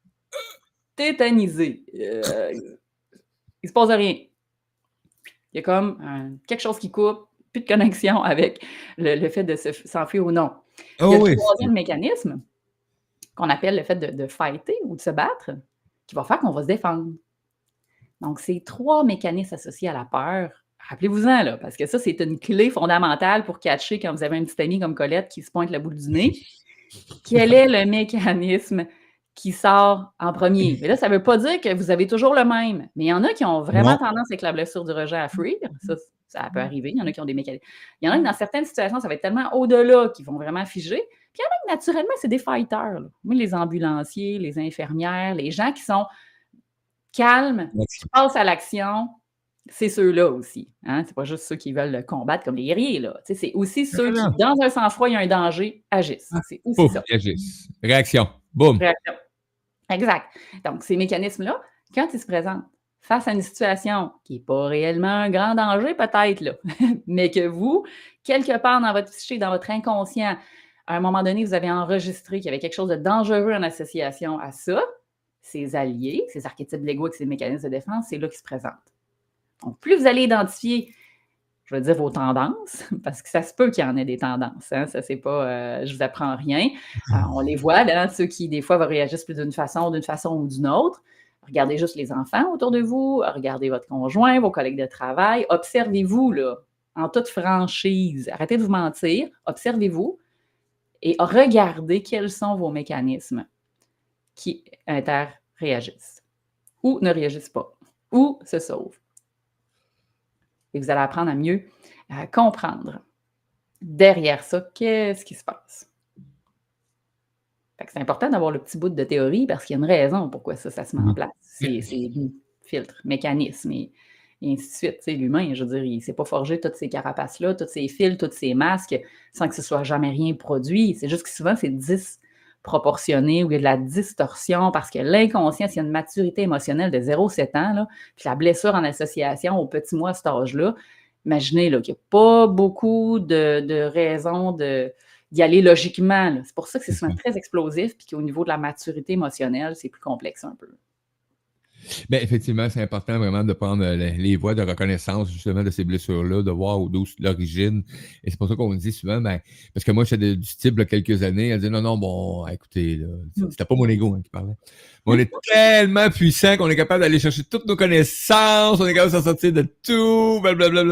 tétanisé. Euh, il se passe rien. Il y a comme euh, quelque chose qui coupe, plus de connexion avec le, le fait de se, s'enfuir ou non. Il y a Oh le oui. troisième mécanisme, qu'on appelle le fait de, de fighter ou de se battre, qui va faire qu'on va se défendre. Donc, ces trois mécanismes associés à la peur, rappelez-vous-en, là, parce que ça, c'est une clé fondamentale pour catcher quand vous avez un petit ami comme Colette qui se pointe la boule du nez. Quel est le mécanisme qui sort en premier? Mais là, ça ne veut pas dire que vous avez toujours le même. Mais il y en a qui ont vraiment Non. tendance avec la blessure du rejet à fuir. Ça, ça peut arriver. Il y en a qui ont des mécanismes. Il y en a qui, dans certaines situations, ça va être tellement au-delà qu'ils vont vraiment figer. Puis il y en a qui, naturellement, c'est des fighters, là. Oui, les ambulanciers, les infirmières, les gens qui sont calmes, qui passent à l'action, c'est ceux-là aussi. Hein? C'est pas juste ceux qui veulent le combattre comme les guerriers, là. Tu sais, c'est aussi ceux qui, dans un sang-froid, il y a un danger, agissent. C'est aussi Pouf, ça. ils agissent. Réaction. Boum. Réaction. Exact. Donc, ces mécanismes-là, quand ils se présentent face à une situation qui n'est pas réellement un grand danger, peut-être, là, mais que vous, quelque part dans votre psyché, dans votre inconscient, à un moment donné, vous avez enregistré qu'il y avait quelque chose de dangereux en association à ça, ces alliés, ces archétypes de l'ego avec ces mécanismes de défense, c'est là qu'ils se présentent. Donc, plus vous allez identifier, je veux dire, vos tendances, parce que ça se peut qu'il y en ait des tendances, hein, ça, c'est pas, euh, je vous apprends rien. Euh, on les voit, là, ceux qui, des fois, réagissent plus d'une façon, d'une façon ou d'une autre. Regardez juste les enfants autour de vous, regardez votre conjoint, vos collègues de travail, observez-vous, là, en toute franchise. Arrêtez de vous mentir, observez-vous et regardez quels sont vos mécanismes qui interréagissent ou ne réagissent pas ou se sauvent. Et vous allez apprendre à mieux à comprendre derrière ça, qu'est-ce qui se passe. Fait que c'est important d'avoir le petit bout de théorie parce qu'il y a une raison pourquoi ça, ça se met en place. C'est, c'est filtre, mécanisme et, et ainsi de suite. Tu sais, l'humain, je veux dire, il ne s'est pas forgé toutes ces carapaces-là, tous ces fils, tous ces masques sans que ce soit jamais rien produit. C'est juste que souvent, c'est disproportionné ou il y a de la distorsion parce que l'inconscient, s'il y a une maturité émotionnelle de zéro à sept ans, là, puis la blessure en association au petit mois à cet âge-là, imaginez là, qu'il n'y a pas beaucoup de, de raisons de, d'y aller logiquement. Là. C'est pour ça que c'est souvent très explosif puis qu'au niveau de la maturité émotionnelle, c'est plus complexe un peu. Bien, effectivement, c'est important vraiment de prendre les, les voies de reconnaissance justement de ces blessures-là, de voir d'où l'origine. Et c'est pour ça qu'on dit souvent, ben, parce que moi, j'étais du type il y a quelques années, elle dit non, non, bon, écoutez, là, c'était pas mon ego hein, qui parlait. Mais on est tellement puissant qu'on est capable d'aller chercher toutes nos connaissances, on est capable de s'en sortir de tout, blablabla.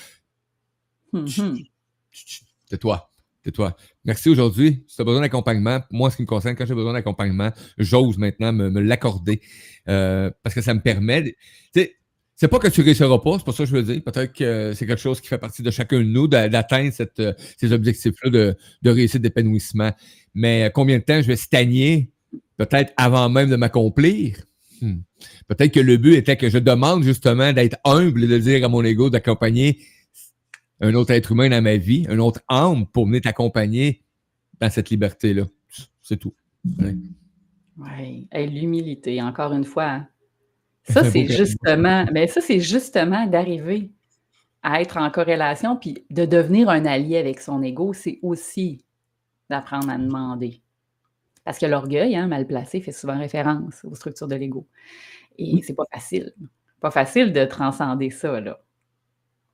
Mm-hmm. Tais-toi. Toi. Merci aujourd'hui. Si tu as besoin d'accompagnement, moi, ce qui me concerne, quand j'ai besoin d'accompagnement, j'ose maintenant me, me l'accorder euh, parce que ça me permet. Tu sais, c'est pas que tu ne réussiras pas, c'est pas ça que je veux dire. Peut-être que c'est quelque chose qui fait partie de chacun de nous d'atteindre cette, ces objectifs-là de, de réussite, d'épanouissement. Mais combien de temps je vais stagner, peut-être avant même de m'accomplir? Hmm. Peut-être que le but était que je demande justement d'être humble et de dire à mon ego d'accompagner un autre être humain dans ma vie, un autre âme pour venir t'accompagner dans cette liberté-là. C'est tout. Ouais. Oui, et l'humilité, encore une fois. Hein. Ça, c'est justement, mais ça, c'est justement d'arriver à être en corrélation puis de devenir un allié avec son ego, c'est aussi d'apprendre à demander. Parce que l'orgueil, hein, mal placé, fait souvent référence aux structures de l'ego. Et c'est pas facile. Pas facile de transcender ça, là.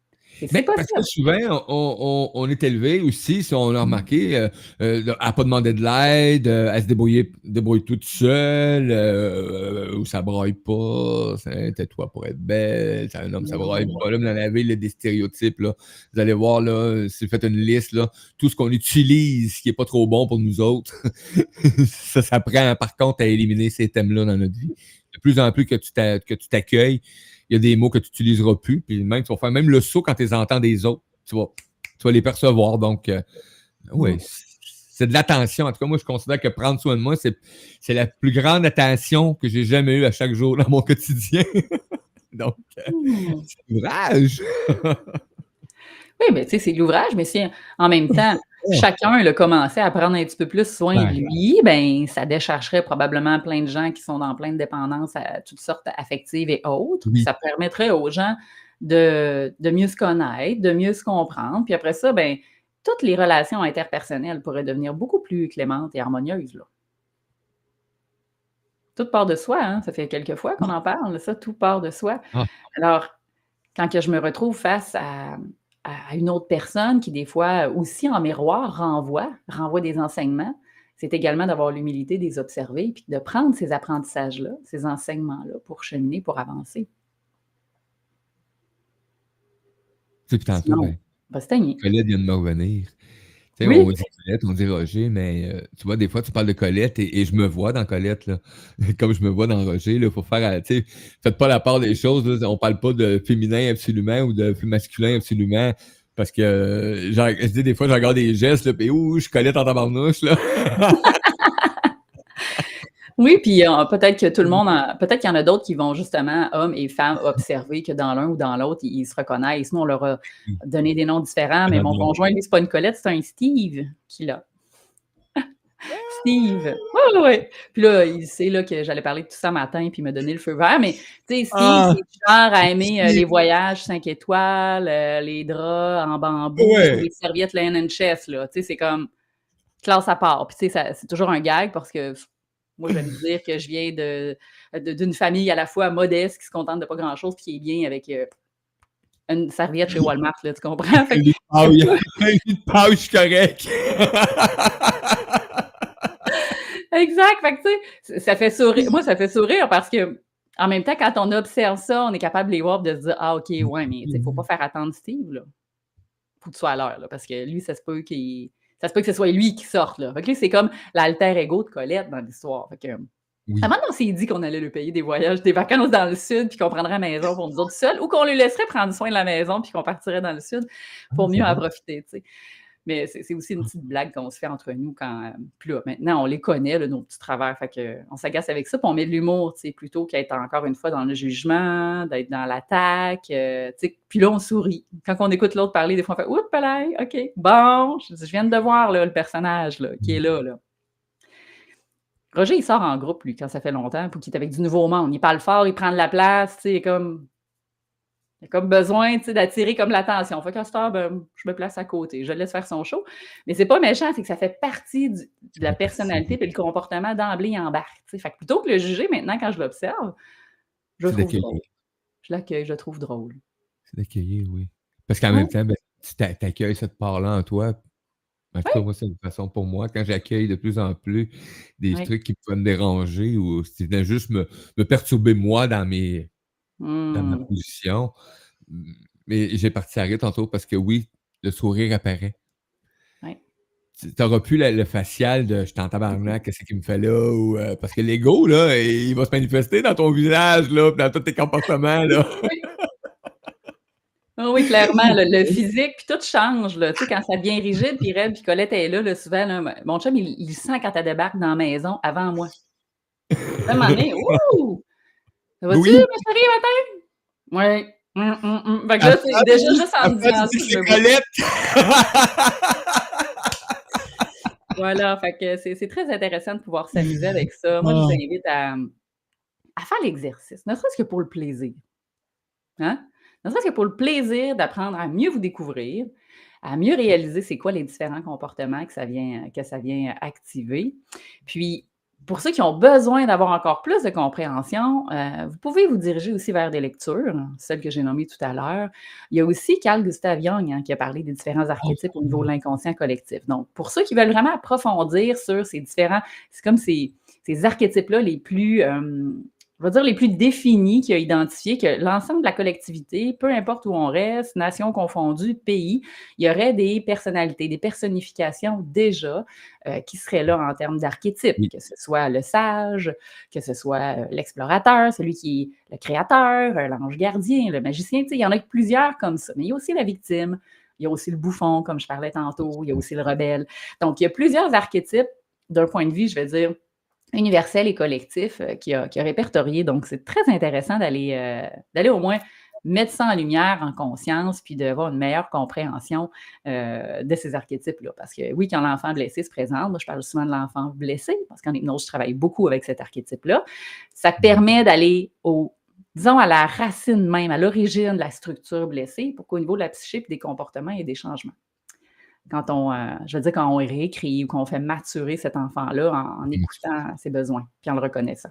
Et c'est Mais parce que possible. souvent, on, on- on est élevé aussi, si on l'a remarqué, euh, euh, à pas demander de l'aide, euh, à se débrouiller, débrouiller toute seule, euh, où ça braille pas, c'est- tais-toi pour être belle, c'est un homme, ça braille Mmh. pas. Là, dans la ville, il y a des stéréotypes, là. Vous allez voir, là, si vous faites une liste, là, tout ce qu'on utilise qui est pas trop bon pour nous autres, ça, ça prend, par contre, à éliminer ces thèmes-là dans notre vie. De plus en plus que tu t'a- que tu t'accueilles, il y a des mots que tu n'utiliseras plus, puis même, tu vas faire même le saut quand tu les entends des autres. Tu vas, tu vas les percevoir. Donc, euh, oui, Mmh. c'est de l'attention. En tout cas, moi, je considère que prendre soin de moi, c'est, c'est la plus grande attention que j'ai jamais eue à chaque jour dans mon quotidien. Donc, euh, Mmh. c'est l'ouvrage. Oui, ben, tu sais, c'est de l'ouvrage, mais si en même temps, chacun là, commençait à prendre un petit peu plus soin de Ouais. lui, ben, ça déchargerait probablement plein de gens qui sont dans plein de dépendances à toutes sortes affectives et autres. Puis Oui. ça permettrait aux gens de, de mieux se connaître, de mieux se comprendre. Puis après ça, ben, toutes les relations interpersonnelles pourraient devenir beaucoup plus clémentes et harmonieuses, là. Tout part de soi, hein? Ça fait quelques fois qu'on en parle, ça, tout part de soi. Ah, Alors, quand que je me retrouve face à, à une autre personne qui, des fois, aussi en miroir, renvoie, renvoie des enseignements, c'est également d'avoir l'humilité de les observer puis de prendre ces apprentissages-là, ces enseignements-là pour cheminer, pour avancer. tu sais, puis tantôt, Sinon, ben, on va se stagner. Colette vient de me revenir. Tu sais, Oui, on dit Colette, on dit Roger, mais euh, tu vois, des fois, tu parles de Colette et, et je me vois dans Colette, là. Comme je me vois dans Roger, il faut faire, euh, tu sais, faites pas la part des choses, là. On parle pas de féminin absolument ou de masculin absolument, parce que, euh, genre, je dis des fois, je regarde des gestes, là, puis ouh, je Colette en tabarnouche, là. oui, puis euh, peut-être que tout le monde, en- peut-être qu'il y en a d'autres qui vont justement, hommes et femmes, observer que dans l'un ou dans l'autre, ils, ils se reconnaissent. Nous, on leur a donné des noms différents, mais mon conjoint, lui, c'est pas une Colette, c'est un Steve qui l'a. Steve. Oui, oui, oui. Puis là, il sait là, que j'allais parler de tout ça matin, puis il m'a donné le feu vert. Mais, tu sais, Steve, Ah, c'est du genre à aimer euh, Steve. les voyages cinq étoiles, euh, les draps en bambou, Ouais. les serviettes Lane and Chess, là. Tu sais, c'est comme classe à part. Puis, tu sais, ça- c'est toujours un gag parce que moi, j'aime dire que je viens de, de- d'une famille à la fois modeste qui se contente de pas grand-chose puis qui est bien avec euh, une serviette chez Walmart, là, tu comprends? Fait que- Lui, ah oui, lui de pouch correct. Exact. Fait que, tu sais, ça fait sourire. Moi, ça fait sourire parce que, en même temps, quand on observe ça, on est capable de les voir et de se dire, ah, OK, ouais, mais il ne faut pas faire attendre Steve, là. Faut que tu sois à l'heure, là, parce que lui, ça se peut qu'il. Ça se peut que ce soit lui qui sorte, là. Fait que là, c'est comme l'alter ego de Colette dans l'histoire. Fait que. Oui. Avant, on s'est dit qu'on allait lui payer des voyages, des vacances dans le sud, puis qu'on prendrait la maison pour nous autres seuls, ou qu'on lui laisserait prendre soin de la maison, puis qu'on partirait dans le sud pour Ah, mieux c'est en bon. profiter, tu sais. Mais c'est c'est aussi une petite blague qu'on se fait entre nous quand. euh, Puis là, maintenant, on les connaît, là, nos petits travers. Fait que, on s'agace avec ça, puis on met de l'humour, tu sais, plutôt qu'être encore une fois dans le jugement, d'être dans l'attaque. euh, tu sais. Puis là, on sourit. Quand on écoute l'autre parler, des fois, on fait Oups, palais, OK, bon, je, je viens de voir là, le personnage là, qui est là, là. Roger, il sort en groupe, lui, quand ça fait longtemps, pour qu'il est avec du nouveau monde. Il parle fort, il prend de la place, tu sais, comme. Il a comme besoin, tu sais, d'attirer comme l'attention. Fait qu'à cette heure, ben, je me place à côté. Je le laisse faire son show. Mais c'est pas méchant, c'est que ça fait partie du- de la personnalité et le comportement d'emblée, il embarque. tu sais. Fait que plutôt que le juger maintenant quand je l'observe, je le C'est trouve d'accueillir. drôle. Je l'accueille, je le trouve drôle. C'est d'accueillir, oui. Parce qu'en Ouais. même temps, ben, tu t'a- t'accueilles cette part-là en toi. En tout cas, Oui. moi, c'est une façon pour moi, quand j'accueille de plus en plus des Oui. trucs qui pouvaient me déranger ou si venaient juste me, me perturber moi dans, mes, dans ma Hmm. position. Mais j'ai parti à rire tantôt parce que oui, le sourire apparaît. Ouais. Tu n'auras plus la- le facial de je suis en tabarnak, qu'est-ce qu'il me fait là? Ou, euh, parce que l'ego, là, il va se manifester dans ton visage, là, puis dans tous tes comportements. Là. Oui. Ah oui, clairement, le, le physique, puis tout change, là. Tu sais, quand ça devient rigide, puis raide, puis Colette est là, là, souvent, là, mon chum, il, il sent quand elle débarque dans la maison avant moi. À un moment donné, ouh! Ça va-tu, Oui. ma chérie, matin? Oui. Hum, hum, hum. Fait que là, c'est déjà juste en me Après, disant tu ça, dis je que me c'est vois. Colette! Voilà, fait que c'est c'est très intéressant de pouvoir s'amuser avec ça. Moi, je vous invite à, à faire l'exercice, ne serait-ce que pour le plaisir. Hein? Ne serait-ce que pour le plaisir d'apprendre à mieux vous découvrir, à mieux réaliser c'est quoi les différents comportements que ça vient, que ça vient activer. Puis, pour ceux qui ont besoin d'avoir encore plus de compréhension, euh, vous pouvez vous diriger aussi vers des lectures, celles que j'ai nommées tout à l'heure. Il y a aussi Carl Gustav Jung hein, qui a parlé des différents archétypes au niveau de l'inconscient collectif. Donc, pour ceux qui veulent vraiment approfondir sur ces différents, c'est comme ces, ces archétypes-là les plus, euh, je vais dire les plus définis qu'il a identifiés, que l'ensemble de la collectivité, peu importe où on reste, nations confondues, pays, il y aurait des personnalités, des personnifications déjà euh, qui seraient là en termes d'archétypes, Oui. que ce soit le sage, que ce soit euh, l'explorateur, celui qui est le créateur, euh, l'ange gardien, le magicien, tu sais, il y en a plusieurs comme ça. Mais il y a aussi la victime, il y a aussi le bouffon, comme je parlais tantôt, il y a aussi le rebelle. Donc, il y a plusieurs archétypes d'un point de vue, je vais dire, universel et collectif euh, qui, a, qui a répertorié. Donc, c'est très intéressant d'aller euh, d'aller au moins mettre ça en lumière, en conscience, puis d'avoir une meilleure compréhension euh, de ces archétypes-là. Parce que oui, quand l'enfant blessé se présente, moi je parle souvent de l'enfant blessé, parce qu'en hypnose, je travaille beaucoup avec cet archétype-là, ça permet d'aller au, disons, à la racine même, à l'origine de la structure blessée, pour qu'au niveau de la psyché et des comportements, il y ait des changements. Quand on, euh, je veux dire, quand on réécrit ou qu'on fait maturer cet enfant-là en, en écoutant ses besoins, puis en le reconnaissant.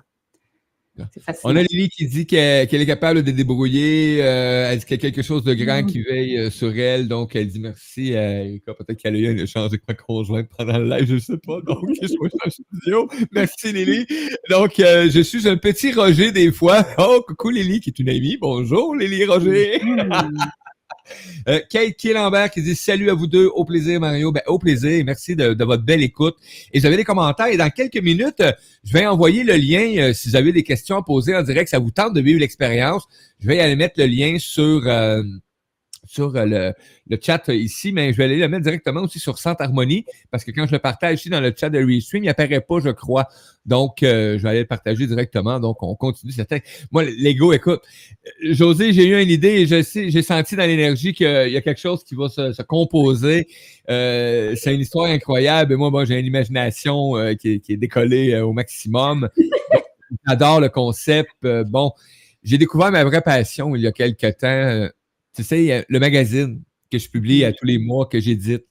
C'est facile. On a Lily qui dit qu'elle, qu'elle est capable de débrouiller. Euh, elle dit qu'il y a quelque chose de grand mmh. qui veille euh, sur elle. Donc, elle dit merci à Erika. Peut-être qu'elle a eu un échange avec ma conjointe pendant le live, je ne sais pas. Donc, je suis en studio. Merci Lily. Donc, euh, je suis un petit Roger des fois. Oh, coucou Lily, qui est une amie. Bonjour Lily Roger. Mmh. Euh, Kate Kielambert qui dit salut à vous deux, au plaisir Mario. Ben, au plaisir, merci de, de votre belle écoute. Et vous avez des commentaires et dans quelques minutes, euh, je vais envoyer le lien euh, si vous avez des questions à poser en direct, ça vous tente de vivre l'expérience. Je vais aller mettre le lien sur euh, sur euh, le, le chat ici, mais je vais aller le mettre directement aussi sur Centre Harmonie parce que quand je le partage ici dans le chat de Restream, il n'apparaît pas, je crois. Donc, euh, je vais aller le partager directement. Donc, on continue. C'était... Moi, l'ego, écoute, José, j'ai eu une idée et je sais, j'ai senti dans l'énergie qu'il y a quelque chose qui va se, se composer. Euh, c'est une histoire incroyable. Et moi, bon, j'ai une imagination euh, qui, est, qui est décollée euh, au maximum. J'adore le concept. Euh, bon, j'ai découvert ma vraie passion il y a quelques temps. Euh, tu sais, le magazine que je publie à tous les mois, que j'édite.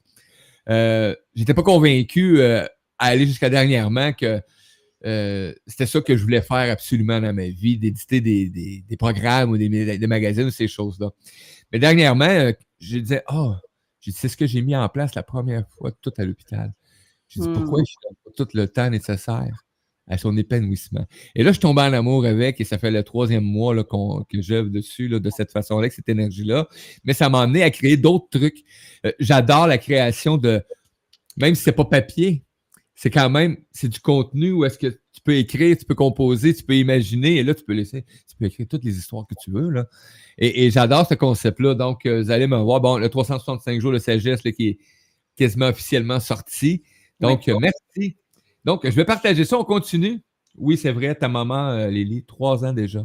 Euh, j'étais pas convaincu euh, à aller jusqu'à dernièrement que Euh, c'était ça que je voulais faire absolument dans ma vie, d'éditer des, des, des programmes ou des, des magazines ou ces choses-là. Mais dernièrement, euh, je disais, oh, c'est ce que j'ai mis en place la première fois tout à l'hôpital. Je dis, mm. pourquoi je n'ai pas tout le temps nécessaire à son épanouissement? Et là, je suis tombé en amour avec et ça fait le troisième mois là, qu'on, que j'œuvre dessus là, de cette façon-là, avec cette énergie-là. Mais ça m'a amené à créer d'autres trucs. Euh, j'adore la création de, même si c'est pas papier, c'est quand même, c'est du contenu où est-ce que tu peux écrire, tu peux composer, tu peux imaginer, et là, tu peux laisser, tu peux écrire toutes les histoires que tu veux, là. Et, et j'adore ce concept-là. Donc, euh, vous allez me voir, bon, le trois cent soixante-cinq jours de sagesse, là, qui est quasiment officiellement sorti. Donc, oui. euh, merci. Donc, je vais partager ça, on continue. Oui, c'est vrai, ta maman, euh, Lily, trois ans déjà.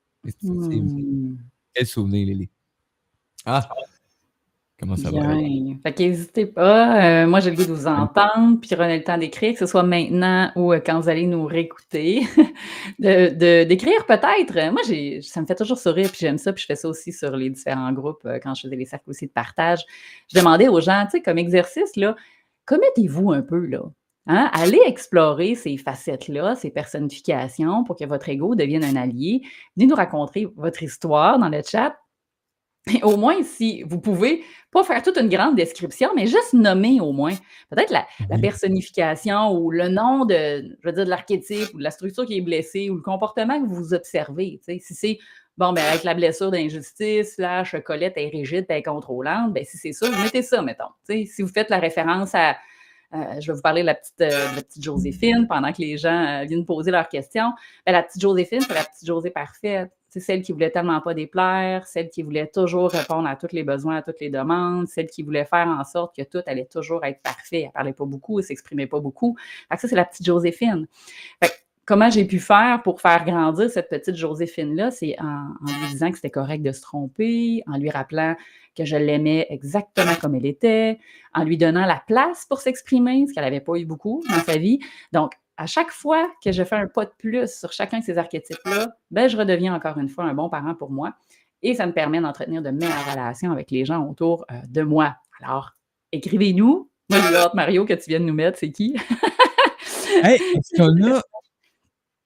Mm. Quel souvenir, Lily. Ah! Comment ça Bien. va? Fait qu'hésitez pas. Euh, moi, j'ai le goût de vous entendre, puis prenez le temps d'écrire, que ce soit maintenant ou euh, quand vous allez nous réécouter. de, de, d'écrire peut-être. Moi, j'ai, ça me fait toujours sourire, puis j'aime ça, puis je fais ça aussi sur les différents groupes euh, quand je faisais les cercles aussi de partage. Je demandais aux gens, tu sais, comme exercice, là, commettez-vous un peu, là. Hein? Allez explorer ces facettes-là, ces personnifications pour que votre ego devienne un allié. Venez nous raconter votre histoire dans le chat. Et au moins, si vous pouvez, pas faire toute une grande description, mais juste nommer au moins, peut-être la, la personnification ou le nom de, je veux dire, de l'archétype ou de la structure qui est blessée ou le comportement que vous observez. Tu sais, si c'est, bon, ben avec la blessure d'injustice, slash, Colette est rigide et contrôlante, ben si c'est ça, vous mettez ça, mettons. Tu sais, si vous faites la référence à, euh, je vais vous parler de la petite, euh, de la petite Joséphine pendant que les gens euh, viennent poser leurs questions, ben, la petite Joséphine, c'est la petite José parfaite. C'est celle qui voulait tellement pas déplaire, celle qui voulait toujours répondre à tous les besoins, à toutes les demandes, celle qui voulait faire en sorte que tout allait toujours être parfait. Elle parlait pas beaucoup, elle s'exprimait pas beaucoup. Fait que ça, c'est la petite Joséphine. Fait que, comment j'ai pu faire pour faire grandir cette petite Joséphine-là? C'est en, en lui disant que c'était correct de se tromper, en lui rappelant que je l'aimais exactement comme elle était, en lui donnant la place pour s'exprimer, ce qu'elle n'avait pas eu beaucoup dans sa vie. Donc, à chaque fois que je fais un pas de plus sur chacun de ces archétypes-là, ben, je redeviens encore une fois un bon parent pour moi et ça me permet d'entretenir de meilleures relations avec les gens autour euh, de moi. Alors, écrivez-nous. Moi, j'ai hâte, Mario, que tu viennes nous mettre. C'est qui? Hey, est-ce qu'on a,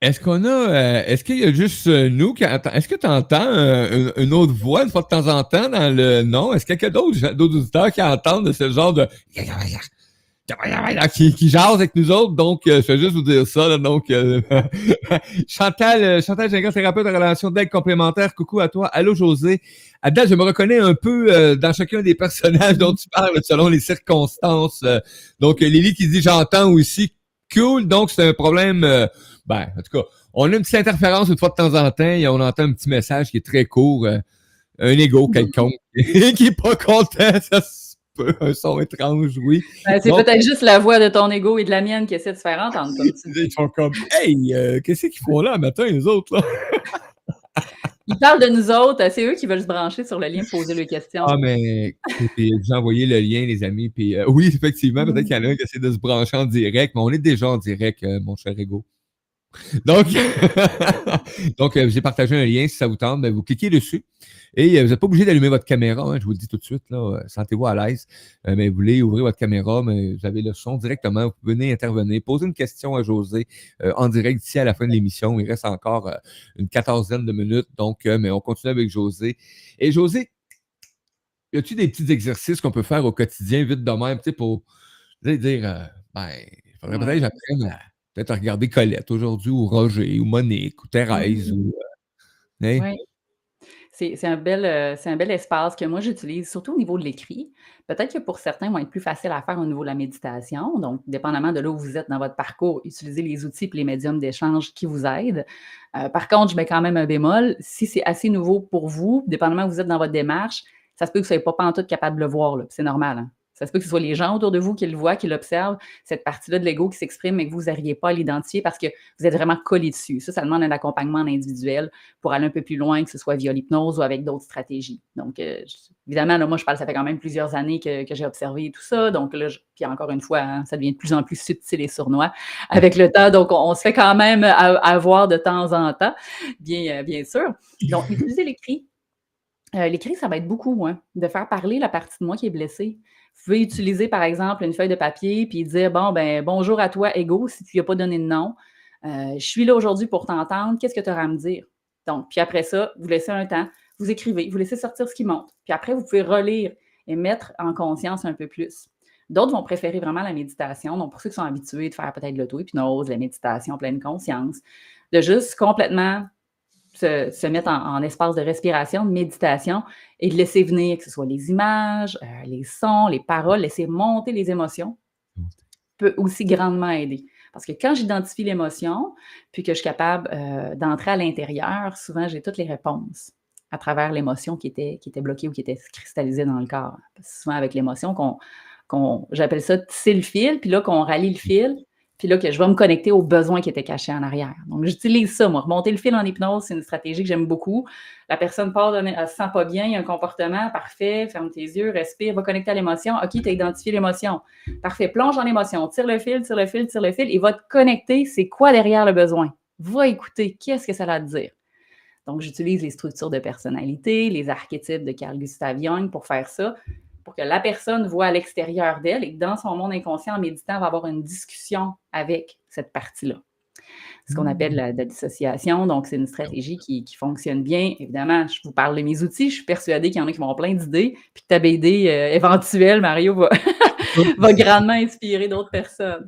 Est-ce qu'on a, euh, est-ce qu'il y a juste euh, nous qui entend, est-ce que tu entends euh, une, une autre voix une fois de temps en temps dans le, non? Est-ce qu'il y a d'autres, d'autres auditeurs qui entendent de ce genre de, qui, qui jasent avec nous autres? Donc, euh, je vais juste vous dire ça, là, donc, euh, Chantal, euh, Chantal Gingras, thérapeute de relations d'aide complémentaire. Coucou à toi. Allô, José. À date, je me reconnais un peu euh, dans chacun des personnages dont tu parles selon les circonstances. Euh, donc, Lily qui dit, j'entends aussi. Cool. Donc, c'est un problème, euh, ben, en tout cas, on a une petite interférence une fois de temps en temps et on entend un petit message qui est très court, euh, un égo quelconque qui est pas content, ça se peut, un son étrange, oui. Ben, c'est donc, peut-être juste la voix de ton égo et de la mienne qui essaie de se faire entendre. Comme tu dis. Ils sont comme, hey, euh, qu'est-ce qu'ils font là, matin, les autres, là? Ils parlent de nous autres, c'est eux qui veulent se brancher sur le lien pour poser leurs questions. Ah, mais puis, vous envoyez le lien, les amis. Puis euh, oui, effectivement, peut-être qu'il y en a un qui essaie de se brancher en direct, mais on est déjà en direct, euh, mon cher Ego. Donc, donc euh, j'ai partagé un lien. Si ça vous tente, ben, vous cliquez dessus. Et euh, vous n'êtes pas obligé d'allumer votre caméra, hein, je vous le dis tout de suite, là, euh, sentez-vous à l'aise. Euh, mais vous voulez ouvrir votre caméra, mais vous avez le son directement, vous venez intervenir, poser une question à José euh, en direct d'ici à la fin de l'émission. Il reste encore euh, une quatorzaine de minutes, donc, euh, mais on continue avec José. Et José, y a-t-il des petits exercices qu'on peut faire au quotidien, vite de même, tu sais, pour dire, euh, ben, il faudrait peut-être que j'apprenne à peut-être à regarder Colette aujourd'hui, ou Roger, ou Monique, ou Thérèse, mmh. ou... Euh, hein? Oui. C'est, c'est, un bel, euh, c'est un bel espace que moi j'utilise, surtout au niveau de l'écrit. Peut-être que pour certains, vont être plus facile à faire au niveau de la méditation. Donc, dépendamment de là où vous êtes dans votre parcours, utilisez les outils et les médiums d'échange qui vous aident. Euh, par contre, je mets quand même un bémol. Si c'est assez nouveau pour vous, dépendamment où vous êtes dans votre démarche, ça se peut que vous ne soyez pas pantoute capable de le voir. Là, c'est normal. Hein? Ça se peut que ce soit les gens autour de vous qui le voient, qui l'observent, cette partie-là de l'ego qui s'exprime, mais que vous n'arriviez pas à l'identifier parce que vous êtes vraiment collé dessus. Ça, ça demande un accompagnement individuel pour aller un peu plus loin, que ce soit via l'hypnose ou avec d'autres stratégies. Donc, euh, évidemment, là, moi, je parle, ça fait quand même plusieurs années que, que j'ai observé tout ça. Donc, là, je, puis encore une fois, hein, ça devient de plus en plus subtil et sournois avec le temps. Donc, on, on se fait quand même avoir de temps en temps, bien, euh, bien sûr. Donc, utilisez l'écrit. Euh, l'écrit, ça va être beaucoup, hein, de faire parler la partie de moi qui est blessée. Vous pouvez utiliser, par exemple, une feuille de papier puis dire, bon, ben bonjour à toi, Ego, si tu n'y as pas donné de nom. Euh, je suis là aujourd'hui pour t'entendre. Qu'est-ce que tu auras à me dire? Donc, puis après ça, vous laissez un temps, vous écrivez, vous laissez sortir ce qui monte. Puis après, vous pouvez relire et mettre en conscience un peu plus. D'autres vont préférer vraiment la méditation. Donc, pour ceux qui sont habitués de faire peut-être l'auto-hypnose, la méditation pleine conscience, de juste complètement Se, se mettre en, en espace de respiration, de méditation et de laisser venir, que ce soit les images, euh, les sons, les paroles, laisser monter les émotions, peut aussi grandement aider. Parce que quand j'identifie l'émotion, puis que je suis capable euh, d'entrer à l'intérieur, souvent j'ai toutes les réponses à travers l'émotion qui était, qui était bloquée ou qui était cristallisée dans le corps. Parce que souvent avec l'émotion, qu'on, qu'on, j'appelle ça tisser le fil, puis là qu'on rallie le fil, puis là, que je vais me connecter aux besoins qui étaient cachés en arrière. Donc, j'utilise ça, moi. Remonter le fil en hypnose, c'est une stratégie que j'aime beaucoup. La personne part, elle ne se sent pas bien, il y a un comportement, parfait, ferme tes yeux, respire, va connecter à l'émotion. OK, tu as identifié l'émotion. Parfait, plonge dans l'émotion, tire le fil, tire le fil, tire le fil, et va te connecter, c'est quoi derrière le besoin? Va écouter, qu'est-ce que ça a à te dire? Donc, j'utilise les structures de personnalité, les archétypes de Carl Gustav Jung pour faire ça, pour que la personne voit à l'extérieur d'elle et que dans son monde inconscient, en méditant, elle va avoir une discussion avec cette partie-là. C'est ce qu'on appelle la, la dissociation. Donc, c'est une stratégie qui, qui fonctionne bien. Évidemment, je vous parle de mes outils. Je suis persuadée qu'il y en a qui vont avoir plein d'idées, puis que ta B D euh, éventuelle, Mario, va, va grandement inspirer d'autres personnes.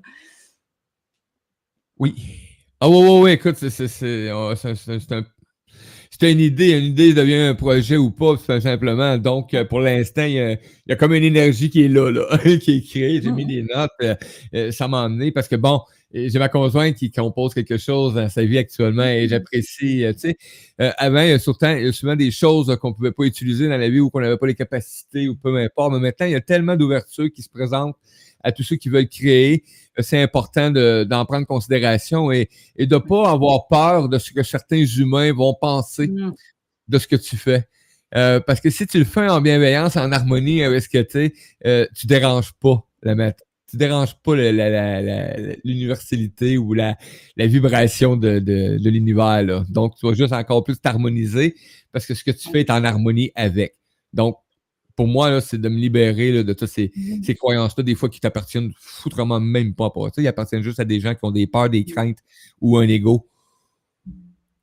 Oui. Ah oui, oui, oui, écoute, c'est, c'est, c'est, c'est, c'est, c'est un... C'est une idée, une idée devient un projet ou pas, tout simplement. Donc, pour l'instant, il y a, il y a comme une énergie qui est là, là qui est créée. J'ai mis des notes, euh, ça m'a emmené parce que, bon, j'ai ma conjointe qui compose quelque chose dans sa vie actuellement et j'apprécie, tu sais. Euh, avant, il y a souvent, il y a souvent des choses qu'on ne pouvait pas utiliser dans la vie ou qu'on n'avait pas les capacités ou peu importe. Mais maintenant, il y a tellement d'ouverture qui se présentent à tous ceux qui veulent créer. C'est important de, d'en prendre considération et, et de ne pas avoir peur de ce que certains humains vont penser mmh. de ce que tu fais. Euh, parce que si tu le fais en bienveillance, en harmonie avec ce que tu es, euh, tu ne déranges pas la maître. Tu ne déranges pas le, la, la, la, l'universalité ou la, la vibration de, de, de l'univers. Là. Donc, tu vas juste encore plus t'harmoniser parce que ce que tu fais est en harmonie avec. Donc, pour moi, là, c'est de me libérer là, de toutes ces, mmh. ces croyances-là, des fois qui t'appartiennent foutrement même pas. Pas. Ils appartiennent juste à des gens qui ont des peurs, des craintes ou un ego.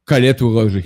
Colette ou Roger.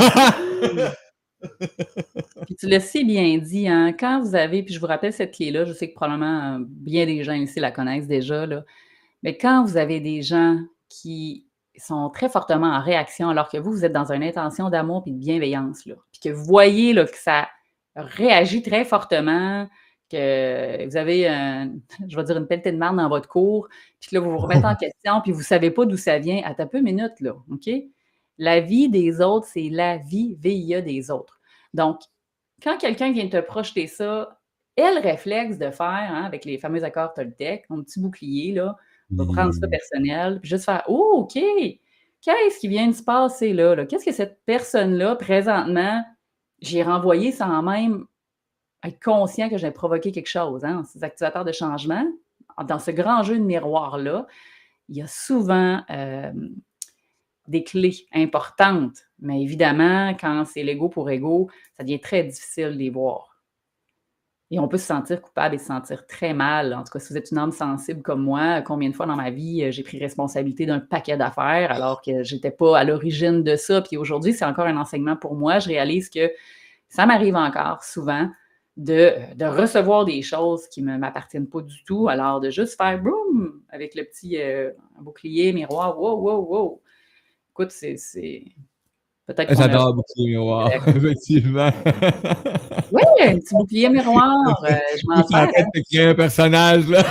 Puis tu l'as si bien dit, hein, quand vous avez, puis je vous rappelle cette clé-là, je sais que probablement euh, bien des gens ici la connaissent déjà, là, mais quand vous avez des gens qui sont très fortement en réaction, alors que vous, vous êtes dans une intention d'amour et de bienveillance, là, puis que vous voyez là, que ça réagit très fortement, que vous avez, un, je vais dire, une pelletée de marde dans votre cour, puis que là, vous vous remettez en question, puis vous ne savez pas d'où ça vient. Attends un peu une minute, là, OK? La vie des autres, c'est la vie V I A des autres. Donc, quand quelqu'un vient te projeter ça, est le réflexe de faire, hein, avec les fameux accords Toltec, mon petit bouclier, là, va prendre ça personnel, puis juste faire « Oh, OK! Qu'est-ce qui vient de se passer là? là? Qu'est-ce que cette personne-là, présentement, j'ai renvoyé sans même être conscient que j'ai provoqué quelque chose, hein? » Ces activateurs de changement, dans ce grand jeu de miroir-là, il y a souvent euh, des clés importantes. Mais évidemment, quand c'est l'ego pour ego, ça devient très difficile de les voir. Et on peut se sentir coupable et se sentir très mal. En tout cas, si vous êtes une âme sensible comme moi, combien de fois dans ma vie, j'ai pris responsabilité d'un paquet d'affaires alors que je n'étais pas à l'origine de ça. Puis aujourd'hui, c'est encore un enseignement pour moi. Je réalise que ça m'arrive encore souvent de, de recevoir des choses qui ne m'appartiennent pas du tout. Alors, de juste faire boum avec le petit euh, bouclier, miroir, wow, wow, wow. Écoute, c'est... c'est... Peut-être qu'on J'adore a... le bouclier miroir, effectivement. Oui, un petit bouclier miroir, euh, je m'en sers. En fait, de créer un personnage, là.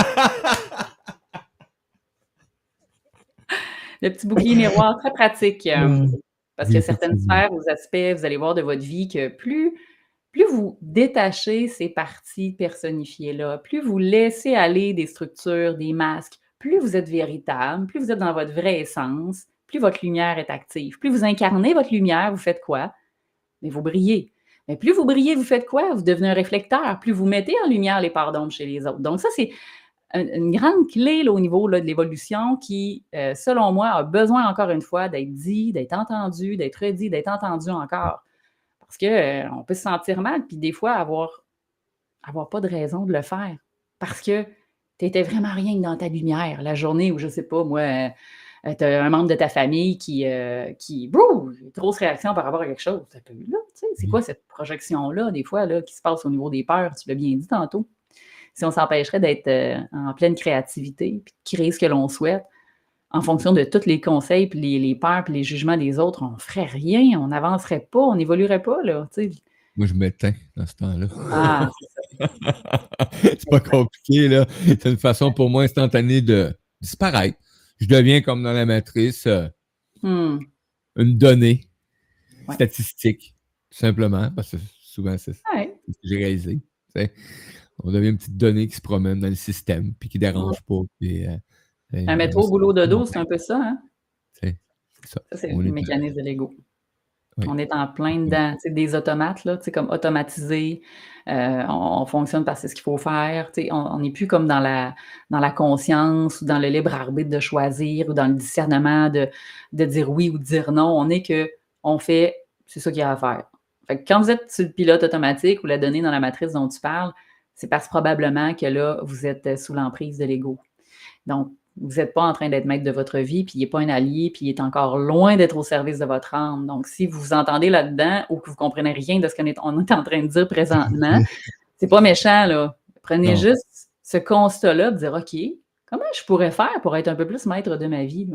Le petit bouclier miroir, très pratique. Euh, parce qu'il y a certaines sphères ou aspects, vous allez voir de votre vie que plus, plus vous détachez ces parties personnifiées-là, plus vous laissez aller des structures, des masques, plus vous êtes véritable, plus vous êtes dans votre vraie essence, plus votre lumière est active. Plus vous incarnez votre lumière, vous faites quoi? Mais vous brillez. Mais plus vous brillez, vous faites quoi? Vous devenez un réflecteur. Plus vous mettez en lumière les parts d'ombre chez les autres. Donc ça, c'est une, une grande clé là, au niveau là, de l'évolution qui, euh, selon moi, a besoin encore une fois d'être dit, d'être entendu, d'être redit, d'être entendu encore. Parce qu'on euh, peut se sentir mal, puis des fois avoir, avoir pas de raison de le faire. Parce que tu n'étais vraiment rien que dans ta lumière. La journée où, je ne sais pas, moi... Euh, Euh, tu as un membre de ta famille qui, euh, qui brou, grosse réaction par rapport à quelque chose. Là, c'est quoi cette projection-là, des fois, là, qui se passe au niveau des peurs? Tu l'as bien dit tantôt. Si on s'empêcherait d'être euh, en pleine créativité, puis de créer ce que l'on souhaite, en fonction de tous les conseils, puis les, les peurs, puis les jugements des autres, on ne ferait rien, on n'avancerait pas, on n'évoluerait pas. Là, moi, je m'éteins dans ce temps-là. Ah, c'est ça. C'est pas compliqué, là. C'est une façon pour moi instantanée de disparaître. Je deviens comme dans la matrice euh, hmm. une donnée ouais. statistique, tout simplement, parce que souvent, c'est ouais. ce que j'ai réalisé. T'sais. On devient une petite donnée qui se promène dans le système, puis qui ne dérange ouais. pas. Puis, euh, un métro, boulot, dodo, c'est un peu ça, hein? C'est ça. Ça, c'est on le mécanisme de l'ego. Oui. On est en plein dedans. T'sais, des automates, là, comme automatisés. Euh, on, on fonctionne parce que c'est ce qu'il faut faire. On n'est plus comme dans la, dans la conscience ou dans le libre arbitre de choisir ou dans le discernement de, de dire oui ou de dire non. On est que on fait, c'est ça qu'il y a à faire. Fait que quand vous êtes sur le pilote automatique ou la donnée dans la matrice dont tu parles, c'est parce probablement que là, vous êtes sous l'emprise de l'ego. Donc, vous n'êtes pas en train d'être maître de votre vie, puis il n'est pas un allié, puis il est encore loin d'être au service de votre âme. Donc, si vous vous entendez là-dedans ou que vous ne comprenez rien de ce qu'on est, on est en train de dire présentement, c'est pas méchant, là. Prenez non. juste ce constat-là, de dire, OK, comment je pourrais faire pour être un peu plus maître de ma vie, là?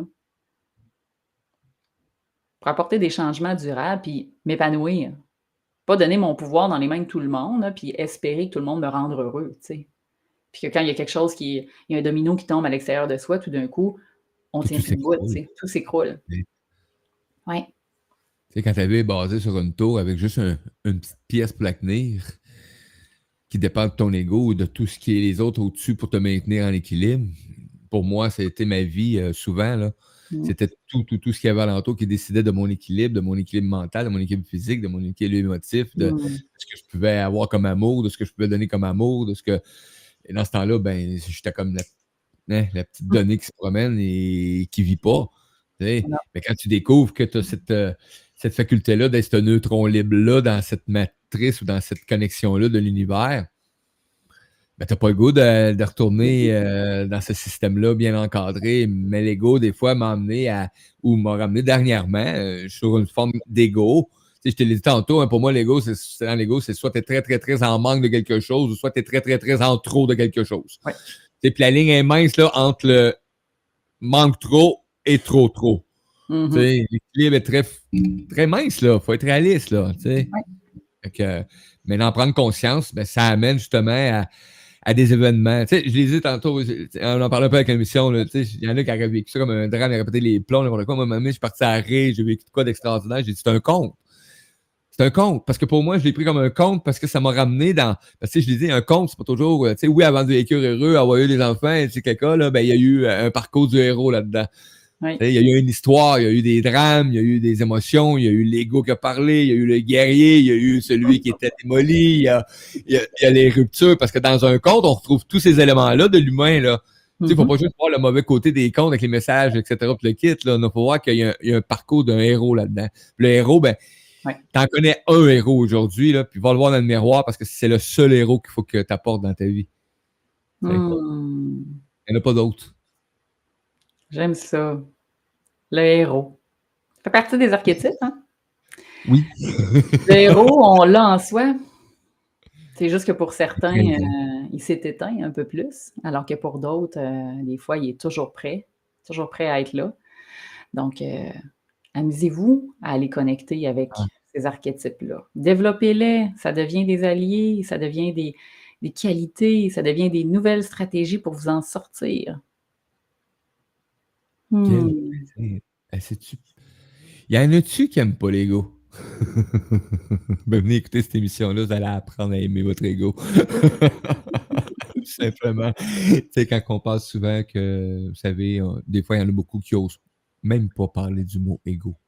Pour apporter des changements durables, puis m'épanouir. Pas donner mon pouvoir dans les mains de tout le monde, là, puis espérer que tout le monde me rende heureux, tu sais. Puis que quand il y a quelque chose qui... Il y a un domino qui tombe à l'extérieur de soi, tout d'un coup, on tient plus debout, tu sais. Tout s'écroule. Oui. Tu sais, quand ta vie est basée sur une tour avec juste un, une petite pièce pour la tenir, qui dépend de ton ego ou de tout ce qui est les autres au-dessus pour te maintenir en équilibre, pour moi, ça a été ma vie euh, souvent, là. Mm. C'était tout, tout, tout ce qu'il y avait alentour qui décidait de mon équilibre, de mon équilibre mental, de mon équilibre physique, de mon équilibre émotif, de, mm. de ce que je pouvais avoir comme amour, de ce que je pouvais donner comme amour, de ce que... Et dans ce temps-là, ben, j'étais comme la, hein, la petite donnée qui se promène et qui ne vit pas. Tu sais. Mais quand tu découvres que tu as cette, euh, cette faculté-là d'être ce neutron libre-là dans cette matrice ou dans cette connexion-là de l'univers, Ben, t'as pas le goût de, de retourner euh, dans ce système-là bien encadré, mais l'ego, des fois, m'a amené à, ou m'a ramené dernièrement euh, sur une forme d'ego. Tu sais, je te l'ai dit tantôt, hein, pour moi, l'ego, c'est, c'est dans l'ego, c'est soit t'es très, très, très en manque de quelque chose, ou soit t'es très, très, très en trop de quelque chose. Ouais. Tu sais, puis la ligne est mince là, entre le manque trop et trop trop. Mhm. Tu sais, l'équilibre est très, très mince, là. Faut être réaliste, là. Tu sais. Ouais. Fait que, mais d'en prendre conscience, ben, ça amène justement à, à des événements. Tu sais, je l'ai dit tantôt, on en parlait un peu avec l'émission, là, tu sais, il y en a qui avaient vécu ça comme un drame, ils répété les plombs, n'importe quoi. Moi, à un moment donné, je suis parti à rire, j'ai vécu de quoi d'extraordinaire, j'ai dit, c'est un conte. C'est un conte, parce que pour moi, je l'ai pris comme un conte, parce que ça m'a ramené dans... Parce que je l'ai dit, un conte, c'est pas toujours... Tu sais, oui, avant de vécu heureux, avoir eu des enfants, tu sais, quelqu'un, là, ben, il y a eu un parcours du héros là-dedans. Oui. Il y a eu une histoire, il y a eu des drames, il y a eu des émotions, il y a eu l'ego qui a parlé, il y a eu le guerrier, il y a eu celui qui était démoli, il y a, il y a, il y a les ruptures, parce que dans un conte, on retrouve tous ces éléments-là de l'humain, là. Tu sais, faut pas juste voir le mauvais côté des contes avec les messages, et cetera, puis le kit, là. Il faut voir qu'il y a un, il y a un parcours d'un héros là-dedans. Puis le héros, ben, ouais. T'en connais un héros aujourd'hui, là, puis va le voir dans le miroir parce que c'est le seul héros qu'il faut que tu apportes dans ta vie. Hmm. Il n'y en a pas d'autres. J'aime ça. Le héros. Ça fait partie des archétypes, hein? Oui. Le héros, on l'a en soi. C'est juste que pour certains, euh, il s'est éteint un peu plus, alors que pour d'autres, euh, des fois, il est toujours prêt, toujours prêt à être là. Donc, euh, amusez-vous à aller connecter avec Ah. ces archétypes-là. Développez-les, ça devient des alliés, ça devient des, des qualités, ça devient des nouvelles stratégies pour vous en sortir. Hmm. Quel... Ben, c'est-tu... Y en a-tu qui n'aiment pas l'ego? Ben, venez écouter cette émission-là, vous allez apprendre à aimer votre ego. Tout simplement. Tu sais, quand on parle souvent que, vous savez, on, des fois, il y en a beaucoup qui n'osent même pas parler du mot ego.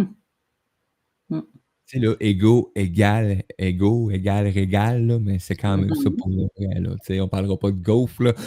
Hmm. Tu sais, là, ego égale ego égale régal, là, mais c'est quand même ça pour le vrai, là. Tu sais, on parlera pas de gaufre, là.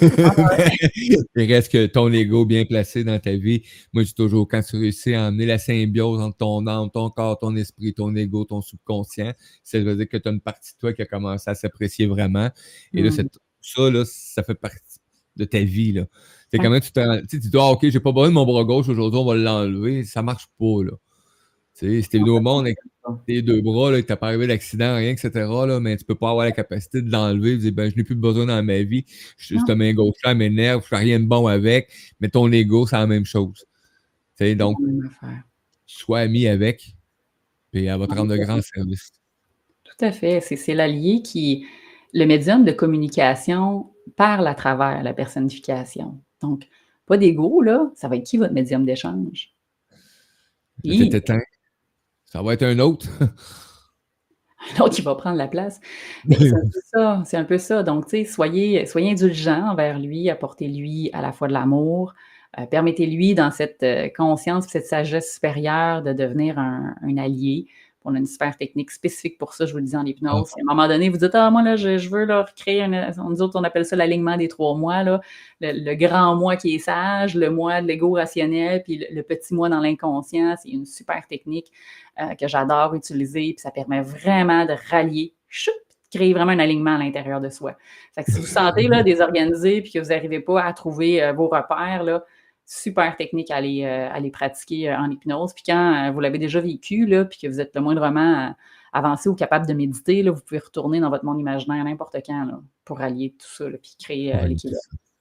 Il reste que ton ego bien placé dans ta vie. Moi, je dis toujours, quand tu réussis à emmener la symbiose entre ton âme, ton corps, ton esprit, ton ego, ton subconscient, ça veut dire que tu as une partie de toi qui a commencé à s'apprécier vraiment. Et là, c'est, ça, là, ça fait partie de ta vie, là. C'est comment tu te tu dis, ah, OK, j'ai pas besoin de mon bras gauche aujourd'hui, on va l'enlever. Ça marche pas, là. Tu sais, si t'es venu au monde avec tes deux bras, là, que t'as pas arrivé d'accident, rien, et cetera, là, mais tu peux pas avoir la capacité de l'enlever. Tu dis, ben, je n'ai plus besoin dans ma vie. Je, cette main gauche-là m'énerve, je fais rien de bon avec. Mais ton ego, c'est la même chose. Tu sais, donc, sois ami avec, puis elle va te rendre de grands services. Tout à fait. C'est, c'est l'allié qui, le médium de communication parle à travers la personnification. Donc, pas d'ego, là, ça va être qui votre médium d'échange? Et... Ça va être un autre. Un autre qui va prendre la place. Mais c'est un peu ça. C'est un peu ça. Donc, tu sais, soyez, soyez indulgents envers lui, apportez-lui à la fois de l'amour, euh, permettez-lui dans cette euh, conscience, cette sagesse supérieure de devenir un, un allié. On a une super technique spécifique pour ça, je vous le dis en hypnose. À un moment donné, vous dites, ah, moi, là, je, je veux leur créer, un, nous autres, on appelle ça l'alignement des trois mois, là. Le, le grand moi qui est sage, le moi de l'ego rationnel, puis le, le petit moi dans l'inconscient. C'est une super technique euh, que j'adore utiliser, puis ça permet vraiment de rallier, choup, de créer vraiment un alignement à l'intérieur de soi. Fait que si vous sentez là, désorganisé, puis que vous n'arrivez pas à trouver euh, vos repères, là, super technique à les, euh, à les pratiquer euh, en hypnose. Puis quand euh, vous l'avez déjà vécu, là, puis que vous êtes le moindrement euh, avancé ou capable de méditer, là, vous pouvez retourner dans votre monde imaginaire n'importe quand là, pour allier tout ça, là, puis créer euh, ouais, l'équilibre.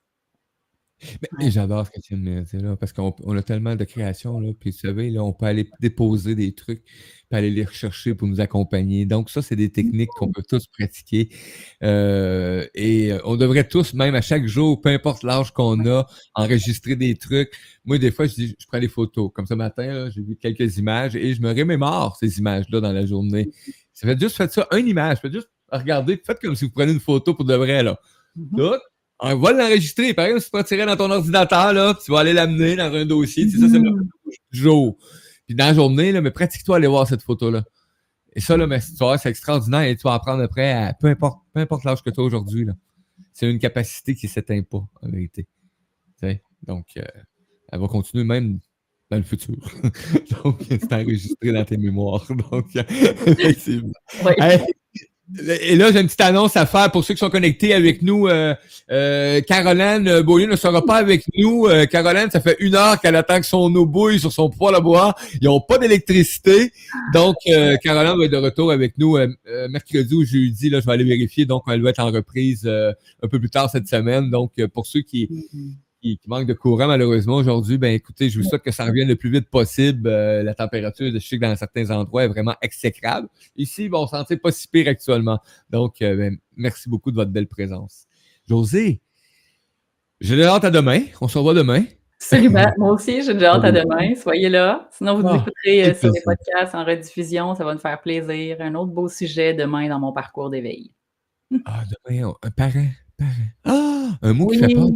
Mais, ouais. J'adore ce que tu viens de me dire, là, parce qu'on on a tellement de créations, là, puis vous savez, là, on peut aller déposer des trucs, puis aller les rechercher pour nous accompagner. Donc ça, c'est des techniques qu'on peut tous pratiquer. Euh, et on devrait tous, même à chaque jour, peu importe l'âge qu'on a, enregistrer des trucs. Moi, des fois, je dis, je prends des photos. Comme ce matin, là, j'ai vu quelques images et je me remémore ces images-là dans la journée. Ça fait juste, faites ça, une image. Faites juste regarder, faites comme si vous preniez une photo pour de vrai, là. Mm-hmm. Là, on va l'enregistrer. Par exemple, si tu vas tirer dans ton ordinateur, là, tu vas aller l'amener dans un dossier. C'est ça, c'est le jour. Puis dans la journée, là, mais pratique-toi à aller voir cette photo-là. Et ça, là, mais, tu vas voir, c'est extraordinaire et tu vas apprendre après à peu importe, peu importe l'âge que tu as aujourd'hui. Là. C'est une capacité qui ne s'éteint pas, en vérité. T'sais? Donc, euh, elle va continuer même dans le futur. Donc, c'est enregistré dans tes mémoires. Donc, effectivement. Oui. Hey, Et là, j'ai une petite annonce à faire pour ceux qui sont connectés avec nous. Euh, euh, Caroline Beaulieu ne sera pas avec nous. Euh, Caroline, ça fait une heure qu'elle attend que son eau bouille sur son poêle à bois. Ils n'ont pas d'électricité. Donc, euh, Caroline va être de retour avec nous euh, euh, mercredi ou jeudi. Là, je vais aller vérifier. Donc, elle va être en reprise euh, un peu plus tard cette semaine. Donc, euh, pour ceux qui... Mm-hmm. Qui, qui manque de courant malheureusement aujourd'hui, ben écoutez, je vous souhaite que ça revienne le plus vite possible. Euh, la température, je sais que dans certains endroits, est vraiment exécrable. Ici, bon, on s'en sent pas si pire actuellement. Donc, euh, ben, merci beaucoup de votre belle présence. Josée, j'ai hâte à demain. On se revoit demain. Absolument. Moi aussi, j'ai déjà hâte à demain. Soyez là. Sinon, vous nous Ah, écouterez euh, sur les ça. podcasts en rediffusion. Ça va nous faire plaisir. Un autre beau sujet demain dans mon parcours d'éveil. Ah, demain, un parent. parent. Ah, un mot Oui. qui fait peur.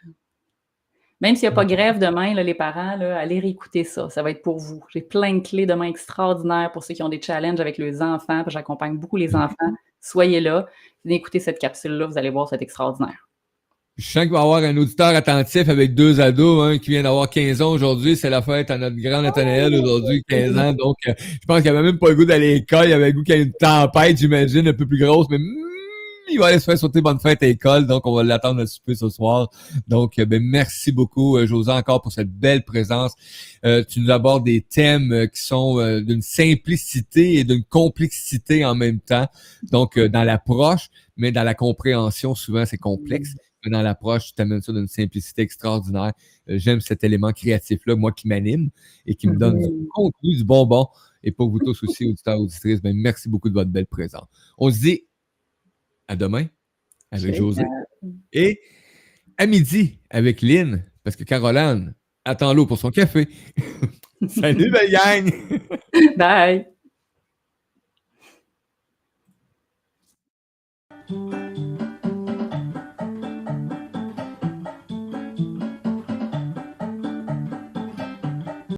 Même s'il n'y a pas grève demain, là, les parents, là, allez réécouter ça. Ça va être pour vous. J'ai plein de clés demain extraordinaires pour ceux qui ont des challenges avec les enfants. J'accompagne beaucoup les enfants. Soyez là. Venez écouter cette capsule-là. Vous allez voir, c'est extraordinaire. Je sens qu'il va y avoir un auditeur attentif avec deux ados, hein, qui vient d'avoir quinze ans aujourd'hui. C'est la fête à notre grand Nathanaël aujourd'hui, quinze ans. Donc, euh, je pense qu'il avait même pas le goût d'aller à l'école. Il avait le goût qu'il y ait une tempête, j'imagine, un peu plus grosse. Mais mm, il va aller se faire sauter bonne fête à l'école. Donc, on va l'attendre à souper ce soir. Donc, euh, ben, merci beaucoup, euh, Josée, encore pour cette belle présence. Euh, tu nous abordes des thèmes euh, qui sont euh, d'une simplicité et d'une complexité en même temps. Donc, euh, dans l'approche, mais dans la compréhension, souvent, c'est complexe. Mais dans l'approche, tu t'amènes ça d'une simplicité extraordinaire. Euh, j'aime cet élément créatif-là, moi, qui m'anime et qui me donne Mhm. du contenu, du bonbon. Et pour vous tous aussi, auditeurs, auditrices, ben, merci beaucoup de votre belle présence. On se dit à demain avec Josée et à midi avec Lynn, parce que Caroline attend l'eau pour son café. Salut, belle gang! Bye!